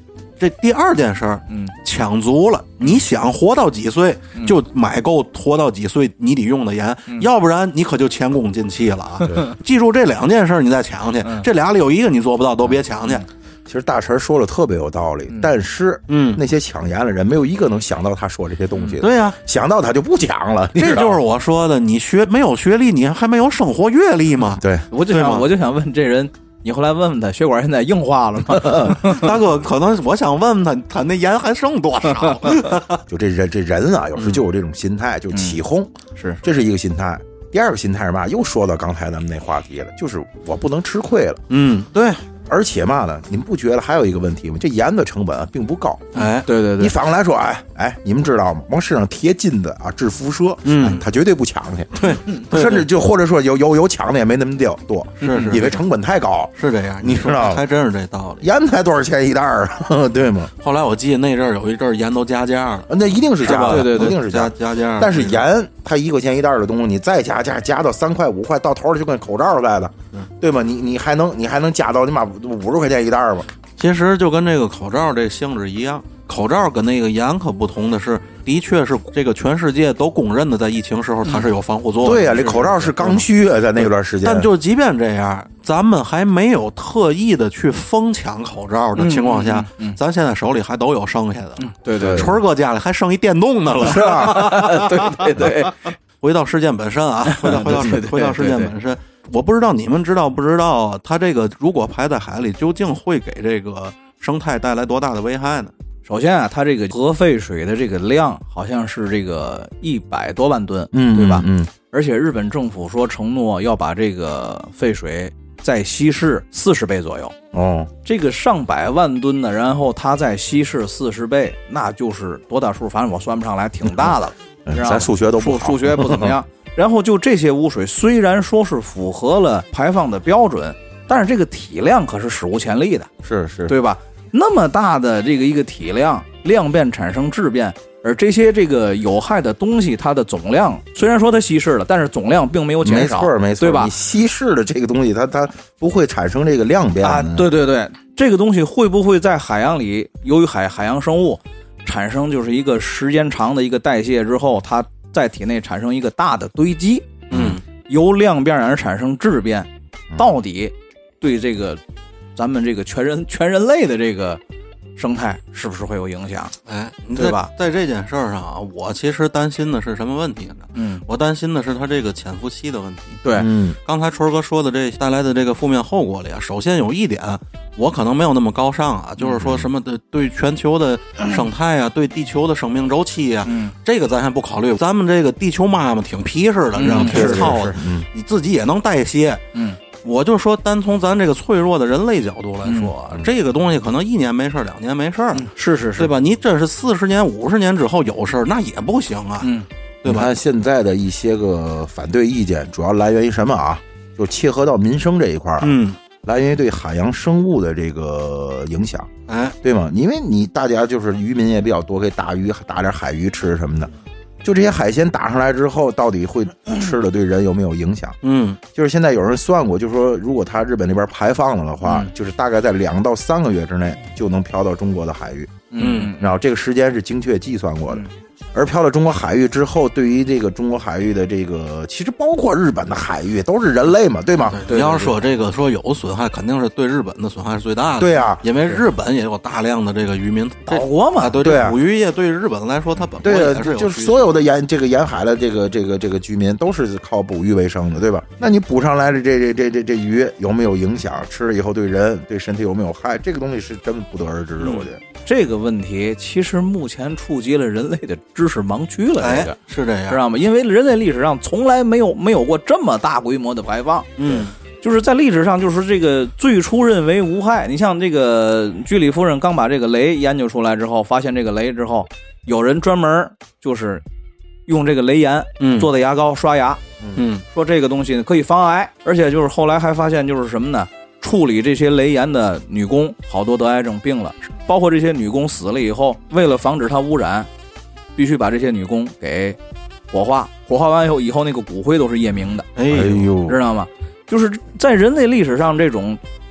这第二件事儿，抢足了，你想活到几岁就买够活到几岁你得用的盐，要不然你可就前功尽弃了啊！记住这2件事你再抢去，这俩里有一个你做不到都别抢去。 其实大陈说的特别有道理，但是那些抢盐的人没有一个能想到他说这些东西的。 对呀， 想到他就不讲了。 这就是我说的，你没有学历，你还没有生活阅历吗？ 对， 我就想问这人，你后来问问他，血管现在硬化了吗？ 大哥，可能我想问问他那盐还剩多少？ 就这人啊，有时就有这种心态，就起哄，这是一个心态。第二个心态是嘛？又说到刚才咱们那话题了，就是我不能吃亏了。 对。 而且嘛呢，你们不觉得还有一个问题吗？这盐的成本并不高。 对， 你反过来说，你们知道吗？往身上贴金子啊，治辐射，他绝对不抢去。 对， 甚至就或者说有抢的也没那么多， 是因为成本太高。 是这样，你知道， 还真是这道理。 盐才多少钱一袋啊？对吗？ 后来我记得那阵儿有一阵儿盐都加价了， 那一定是加的， 对， 一定是加价。 但是盐它1块钱一袋的东西，你再加到3块5块，到头了就跟口罩似的，对吗？你还能加到你妈50块钱一袋吗？ 其实就跟这个口罩这性质一样，口罩跟那个盐可不同的是，的确是这个全世界都公认的，在疫情时候它是有防护作用。 对呀，这口罩是刚需啊，在那段时间。 但就即便这样，咱们还没有特意的去疯抢口罩的情况下，咱现在手里还都有剩下的。 对， 春儿哥家里还剩一电动的了， 是吧？ 对。 回到事件本身啊，回到事件本身，我不知道你们知道不知道啊？它这个如果排在海里，究竟会给这个生态带来多大的危害呢？ 首先啊，它这个核废水的这个量好像是这个100多万吨，对吧？而且日本政府说承诺要把这个废水再稀释40倍左右。这个上百万吨呢，然后它再稀释40倍，那就是多大数？反正我算不上来，挺大的。 咱数学都不好， 数学不怎么样。然后就这些污水，虽然说是符合了排放的标准，但是这个体量可是史无前例的， 是， 对吧？那么大的这个一个体量，量变产生质变，而这些这个有害的东西，它的总量虽然说它稀释了，但是总量并没有减少， 没错， 对吧？ 你稀释的这个东西，它不会产生这个量变啊。 对，这个东西会不会在海洋里，由于海洋生物产生就是一个时间长的一个代谢之后，它在体内产生一个大的堆积，由量变而产生质变，到底对这个咱们这个全人类的这个生态是不是会有影响？对吧？ 在这件事儿上啊，我其实担心的是什么问题呢？我担心的是它这个潜伏期的问题。 对， 刚才春哥说的这带来的这个负面后果里啊，首先有一点，我可能没有那么高尚啊，就是说什么对全球的生态啊，对地球的生命周期啊，这个咱还不考虑。咱们这个地球妈妈挺皮实的，挺糙的，你自己也能代谢。我就说，单从咱这个脆弱的人类角度来说，这个东西可能1年没事，2年没事， 是， 对吧？你真是40年、50年之后有事，那也不行啊，对吧？ 你看现在的一些个反对意见，主要来源于什么啊？就切合到民生这一块儿，来源于对海洋生物的这个影响，对吗？因为大家就是渔民也比较多，给打点海鱼吃什么的。就这些海鲜打上来之后，到底会吃了对人有没有影响？就是现在有人算过，就是说如果他日本那边排放了的话，就是大概在2到3个月之内就能飘到中国的海域。然后这个时间是精确计算过的。而飘到中国海域之后，对于这个中国海域的这个，其实包括日本的海域，都是人类嘛，对吗？ 你要是说这个说有损害，肯定是对日本的损害是最大的。 对啊， 因为日本也有大量的这个渔民岛国嘛， 对啊，捕鱼业对日本来说，它本来也是有就是所有的沿海的这个居民都是靠捕鱼为生的，对吧？那你捕上来的这鱼有没有影响？吃了以后对人对身体有没有害？这个东西是真不得而知的，我觉得。 这个问题其实目前触及了人类的知识盲区了，这个是这样， 知道吗？因为人类历史上从来没有过这么大规模的排放，就是在历史上就是这个最初认为无害。你像这个居里夫人刚把这个镭研究出来之后，发现这个镭之后，有人专门就是用这个镭盐做的牙膏刷牙，说这个东西可以防癌，而且就是后来还发现就是什么呢？处理这些雷盐的女工好多得癌症病了，包括这些女工死了以后，为了防止它污染，必须把这些女工给火化，火化完以后那个骨灰都是夜明的。 哎呦， 知道吗？就是在人类历史上这种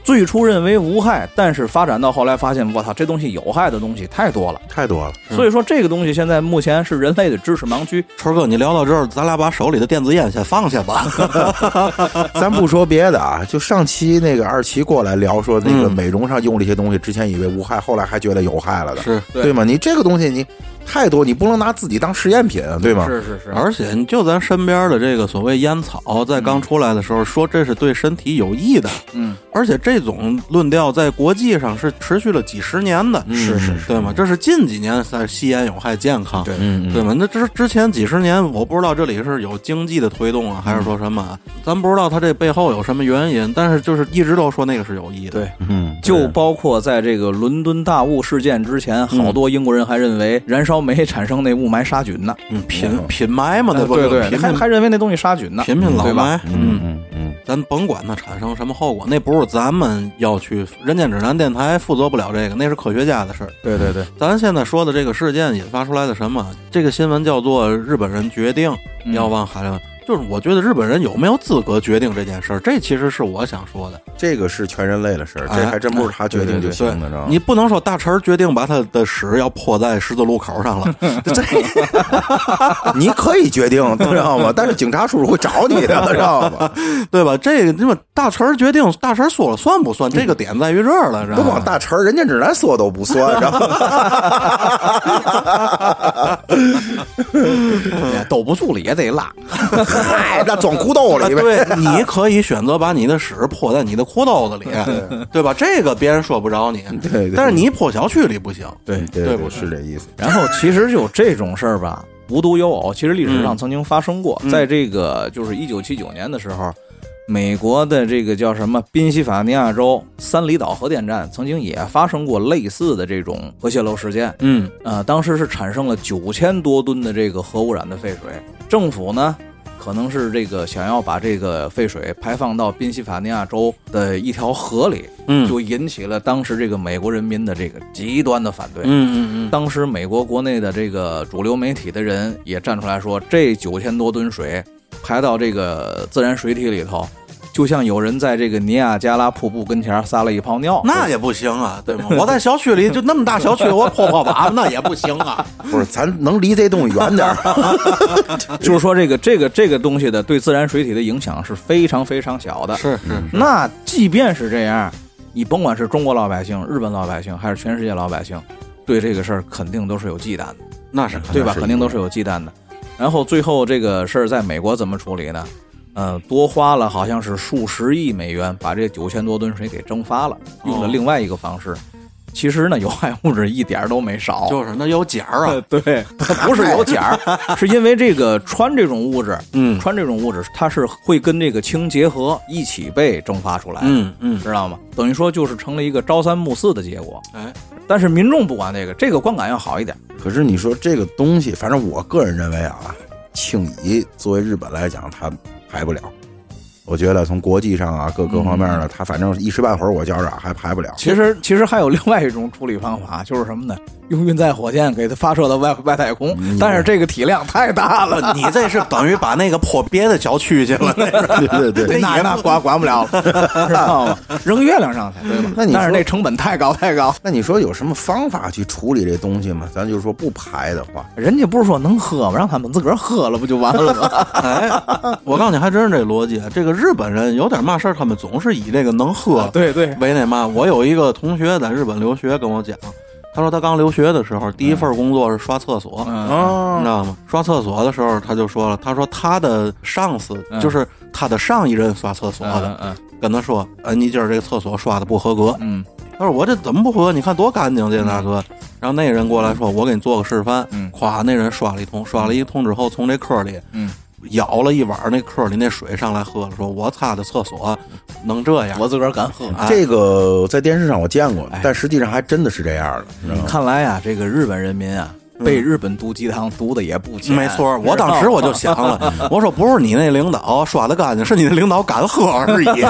最初认为无害，但是发展到后来发现，我操，这东西有害的东西太多了， 太多了。 所以说这个东西现在目前是人类的知识盲区。 春哥，你聊到这儿，咱俩把手里的电子烟先放下吧。 咱不说别的啊，就上期那个2期过来聊说那个美容上用这些东西，之前以为无害，后来还觉得有害了的， 是对吗？你这个东西你太多，你不能拿自己当实验品，对吗？ 是。 而且你就咱身边的这个所谓烟草，在刚出来的时候说这是对身体有益的，而且这种论调在国际上是持续了几十年的， 是， 对吗？这是近几年才吸烟有害健康， 对吗？那这之前几十年，我不知道这里是有经济的推动啊，还是说什么，咱不知道它这背后有什么原因，但是就是一直都说那个是有益的， 对，就包括在这个伦敦大雾事件之前，好多英国人还认为燃烧煤产生那雾霾杀菌呢， 品霾嘛，对不对？还认为那东西杀菌呢， 品老霾，咱甭管它产生什么后果，那不是咱们要去人间指南电台负责不了这个，那是科学家的事儿。 对， 咱现在说的这个事件引发出来的什么？这个新闻叫做日本人决定要往海外。就是我觉得日本人有没有资格决定这件事儿，这其实是我想说的。 这个是全人类的事儿，这还真不是他决定就行的，知道吗？ 你不能说大陈决定把他的屎要泼在十字路口上了，这你可以决定，知道吗？但是警察叔叔会找你的，知道吗？ 对吧？这个因为大陈决定，大陈说了算不算？这个点在于这儿了，知道吗？ 不光大陈，人家指南说都不算，知道吗？ 兜不住了也得拉。 嗨，那装裤兜里呗。 对，你可以选择把你的屎泼在你的裤兜子里，对吧？这个别人说不着你， 对。 但是你泼小区里不行， 对， 不是这意思。 然后其实就这种事儿吧，无独有偶，其实历史上曾经发生过，在这个就是1979年的时候。美国的这个叫什么宾夕法尼亚州三里岛核电站曾经也发生过类似的这种核泄漏事件，当时是产生了9000多吨的这个核污染的废水，政府呢可能是这个想要把这个废水排放到宾夕法尼亚州的一条河里，就引起了当时这个美国人民的这个极端的反对。当时美国国内的这个主流媒体的人也站出来说，这9000多吨水排到这个自然水体里头，就像有人在这个尼亚加拉瀑布跟前撒了一泡尿， 那也不行啊，对吗？我在小区里就那么大小区，我泼把那也不行啊。 不是，咱能离这东西远点就是说这个东西的对自然水体的影响是非常非常小的。 是。 那即便是这样，你甭管是中国老百姓、日本老百姓，还是全世界老百姓，对这个事儿肯定都是有忌惮的。 那是对吧？肯定都是有忌惮的。然后最后这个事儿在美国怎么处理呢？多花了好像是数十亿美元把这9000多吨水给蒸发了，用了另外一个方式。其实呢，有害物质一点都没少， 就是那有碱啊。 对，它不是有碱，是因为这个氚这种物质，氚这种物质它是会跟这个氢结合一起被蒸发出来的，知道吗？等于说就是成了一个朝三暮四的结果。但是民众不管这个观感要好一点。 可是你说这个东西，反正我个人认为啊，轻易作为日本来讲，它排不了。我觉得从国际上啊，各方面的，它反正一时半会儿我觉着还排不了。 其实还有另外一种处理方法，就是什么呢？用运载火箭给它发射到外太空，但是这个体量太大了， 你这是等于把那个泼别的小区去了。 对， 那管不了了，知道吗？扔月亮上去，对吧？但是那成本太高。 那你说有什么方法去处理这东西吗？咱就说不排的话， 人家不是说能喝吗？让他们自个儿喝了不就完了吗？ 我告诉你，还真是这逻辑。这个日本人有点嘛事儿，他们总是以这个能喝对为那嘛。我有一个同学在日本留学，跟我讲。他说他刚留学的时候，第一份工作是刷厕所，你知道吗？刷厕所的时候，他就说了，他说他的上司就是他的上一任刷厕所的，跟他说，你今儿这个厕所刷的不合格。他说我这怎么不合格？你看多干净这大哥。然后那人过来说，我给你做个示范。咵，那人刷了一通之后，从这坑里舀了一碗那坑里那水上来喝了，说我擦的厕所能这样， 我自个儿敢喝。 这个在电视上我见过，但实际上还真的是这样的。 看来啊，这个日本人民啊， 被日本毒鸡汤毒的也不浅。 没错，我当时我就想了，我说不是你那领导刷的干净，是你的领导敢喝而已。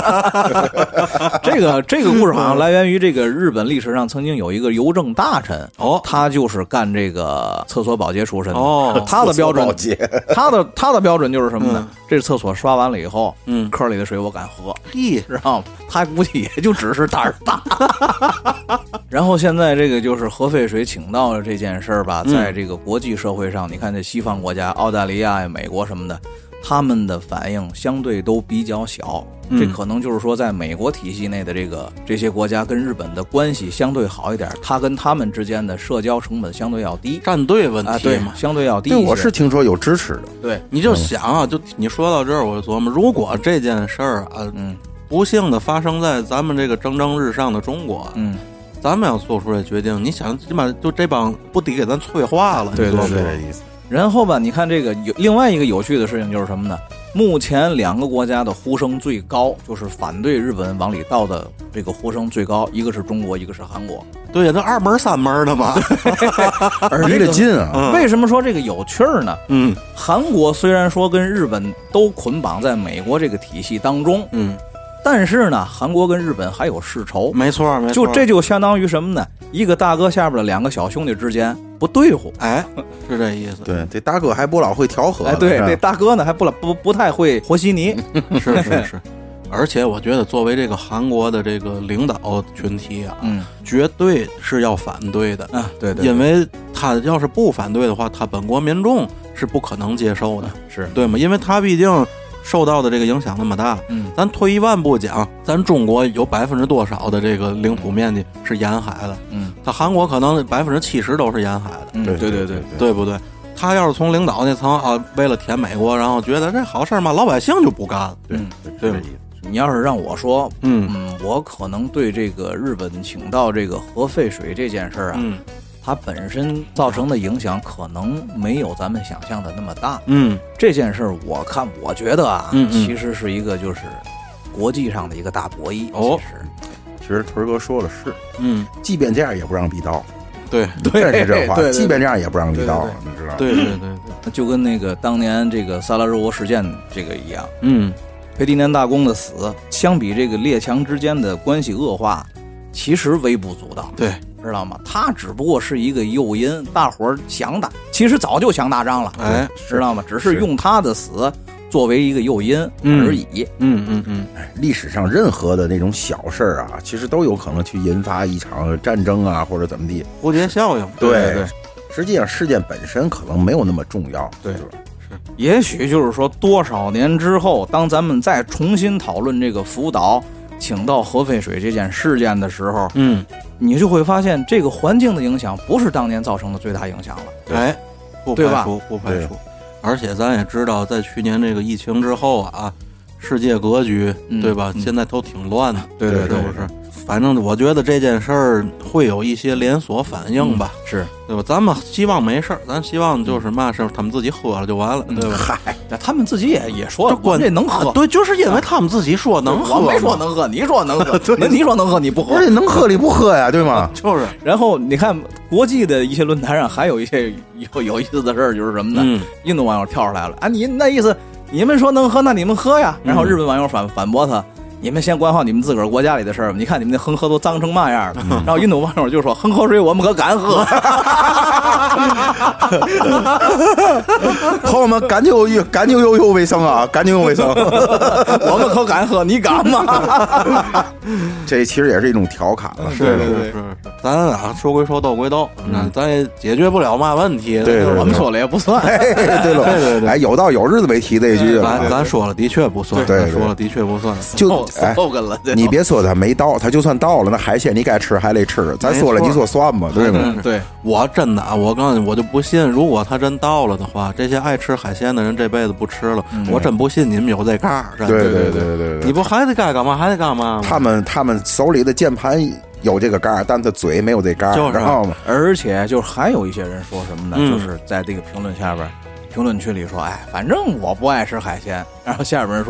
这个故事好像来源于这个日本历史上曾经有一个邮政大臣他就是干这个厕所保洁出身的他的标准他的标准就是什么呢？这厕所刷完了以后，坑里的水我敢喝，知道吗？他估计也就只是胆儿大。然后现在这个就是核废水倾倒了这件事儿吧，在这个国际社会上，你看这西方国家，澳大利亚、美国什么的，他们的反应相对都比较小。这可能就是说，在美国体系内的这些国家跟日本的关系相对好一点，他跟他们之间的社交成本相对要低， 站队问题对嘛，相对要低一些。 对，我是听说有支持的。 对， 你就想啊，就你说到这儿，我就琢磨，如果这件事儿啊，不幸的发生在咱们这个蒸蒸日上的中国，咱们要做出这决定，你想起码就这帮不得给咱催化了， 对对对， 这意思。 然后吧，你看这个另外一个有趣的事情就是什么呢？目前2个国家的呼声最高，就是反对日本往里倒的这个呼声最高，一个是中国，一个是韩国。 对呀，那2门3门的嘛， 离得近啊。 为什么说这个有趣儿呢？韩国虽然说跟日本都捆绑在美国这个体系当中，但是呢，韩国跟日本还有世仇。 没错，没错， 这就相当于什么呢？一个大哥下边的2个小兄弟之间不对付， 是这意思。 对，这大哥还不老会调和， 对，这大哥呢还不太会和稀泥， 是。而且我觉得，作为这个韩国的这个领导群体啊，绝对是要反对的啊，对， 因为他要是不反对的话，他本国民众是不可能接受的， 是对吗？因为他毕竟受到的这个影响那么大，咱退一万步讲，咱中国有多少的这个领土面积是沿海的，他韩国可能70%都是沿海的，对不对？他要是从领导那层啊，为了舔美国，然后觉得这好事嘛，老百姓就不干了，对。 你要是让我说，我可能对这个日本倾倒这个核废水这件事啊，它本身造成的影响可能没有咱们想象的那么大。这件事我觉得啊，其实是一个就是国际上的一个大博弈。 其实屯哥说的是，即便这样也不让逼倒。 对， 是这话，即便这样也不让逼倒，你知道吗？ 对，就跟那个当年这个萨拉热窝事件这个一样。裴迪年大公的死，相比这个列强之间的关系恶化，其实微不足道。 对， 知道吗？他只不过是一个诱因，大伙儿想打，其实早就想打仗了，知道吗？只是用他的死作为一个诱因而已。 历史上任何的那种小事儿啊，其实都有可能去引发一场战争啊，或者怎么地， 蝴蝶效应。 对，实际上事件本身可能没有那么重要。 对。也许就是说，多少年之后，当咱们再重新讨论这个福岛倾倒核废水这件事件的时候，你就会发现这个环境的影响不是当年造成的最大影响了。 不排除。而且咱也知道，在去年这个疫情之后啊，世界格局，对吧？现在都挺乱的， 对， 是不是？反正我觉得这件事儿会有一些连锁反应吧， 是对吧？咱们希望没事儿，咱希望就是嘛事儿，他们自己喝了就完了，对吧？ 他们自己也说了，关键能喝， 对，就是因为他们自己说能喝， 我没说能喝，你说能喝，那你说能喝，你不喝， 而且能喝你不喝呀，对吗？ 就是。 然后你看国际的一些论坛上还有一些有意思的事儿，就是什么呢？印度网友跳出来了啊，你那意思，你们说能喝，那你们喝呀。然后日本网友反驳他。你们先管好你们自个儿国家里的事儿吧，你看你们那恒河都脏成嘛样了。然后印度网友就说：“恒河水我们可敢喝。” 朋友们，赶紧有卫生啊，赶紧有卫生。 我们可敢喝，你敢吗？ 这其实也是一种调侃了。 是，咱啊说归说，斗归斗，咱也解决不了嘛问题。 对， 我们说了也不算。 对，哎，有道有日子没提这一句。 咱说了的确不算， 对， 说了的确不算。 就你别说他没到，他就算到了，那海鲜你该吃还得吃。咱说了，你说算吗？对吗？ 对， 我真的啊，我告诉你，我就不信，如果他真到了的话，这些爱吃海鲜的人这辈子不吃了，我真不信你们有这嘎儿。 对， 你不还得该干嘛？还得干嘛？ 他们手里的键盘有这个杆，但他嘴没有这杆， 知道吗？ 而且就还有一些人说什么呢？就是在这个评论下边，评论区里说，哎，反正我不爱吃海鲜。然后下边人说。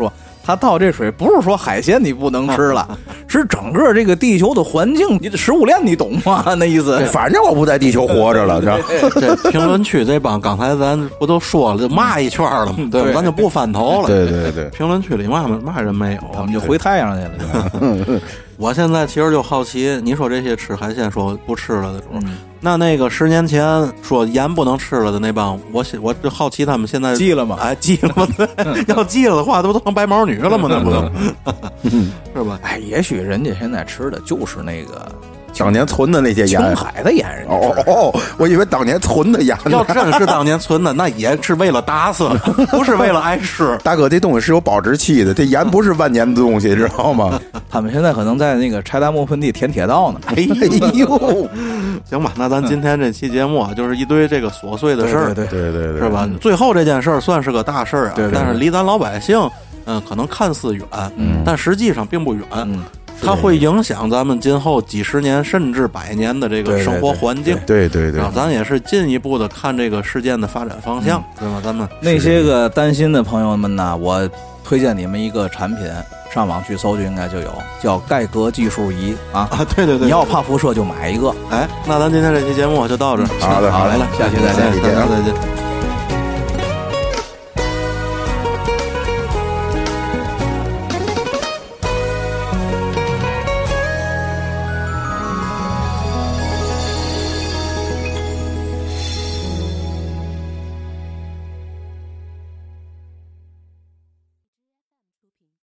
它倒这水不是说海鲜你不能吃了，是整个这个地球的环境，你的食物链你懂吗？那意思。 反正我不在地球活着了， 这评论区这帮刚才咱不都说了，就骂一圈了嘛，对吧？咱就不翻头了。 对对对， 评论区里骂人没有， 他们就回太阳去了。 我现在其实就好奇，你说这些吃海鲜说不吃了的时候，那个10年前说盐不能吃了的那帮，我就好奇他们现在记了吗？ 哎，记了吗？要记了的话，都成白毛女了吗？那不都是吧？ 哎，也许人家现在吃的就是那个当年存的那些盐， 青海的盐人我以为当年存的盐。 要真是当年存的，那也是为了打死，不是为了爱吃。 大哥，这东西是有保质期的，这盐不是万年的东西，知道吗？ 他们现在可能在那个柴达木盆地填铁道呢。 哎呦， 行吧，那咱今天这期节目啊，就是一堆这个琐碎的事儿， 对， 是吧？最后这件事儿算是个大事儿啊，但是离咱老百姓，可能看似远，但实际上并不远。它会影响咱们今后几十年甚至100年的这个生活环境。 对， 然后咱也是进一步的看这个事件的发展方向，对吧？咱们那些个担心的朋友们呢，我推荐你们一个产品，上网去搜就应该就有，叫盖革计数仪啊。 对， 你要怕辐射就买一个。 哎，那咱今天这期节目就到这儿。 好的， 好来了，下期再见， 再见。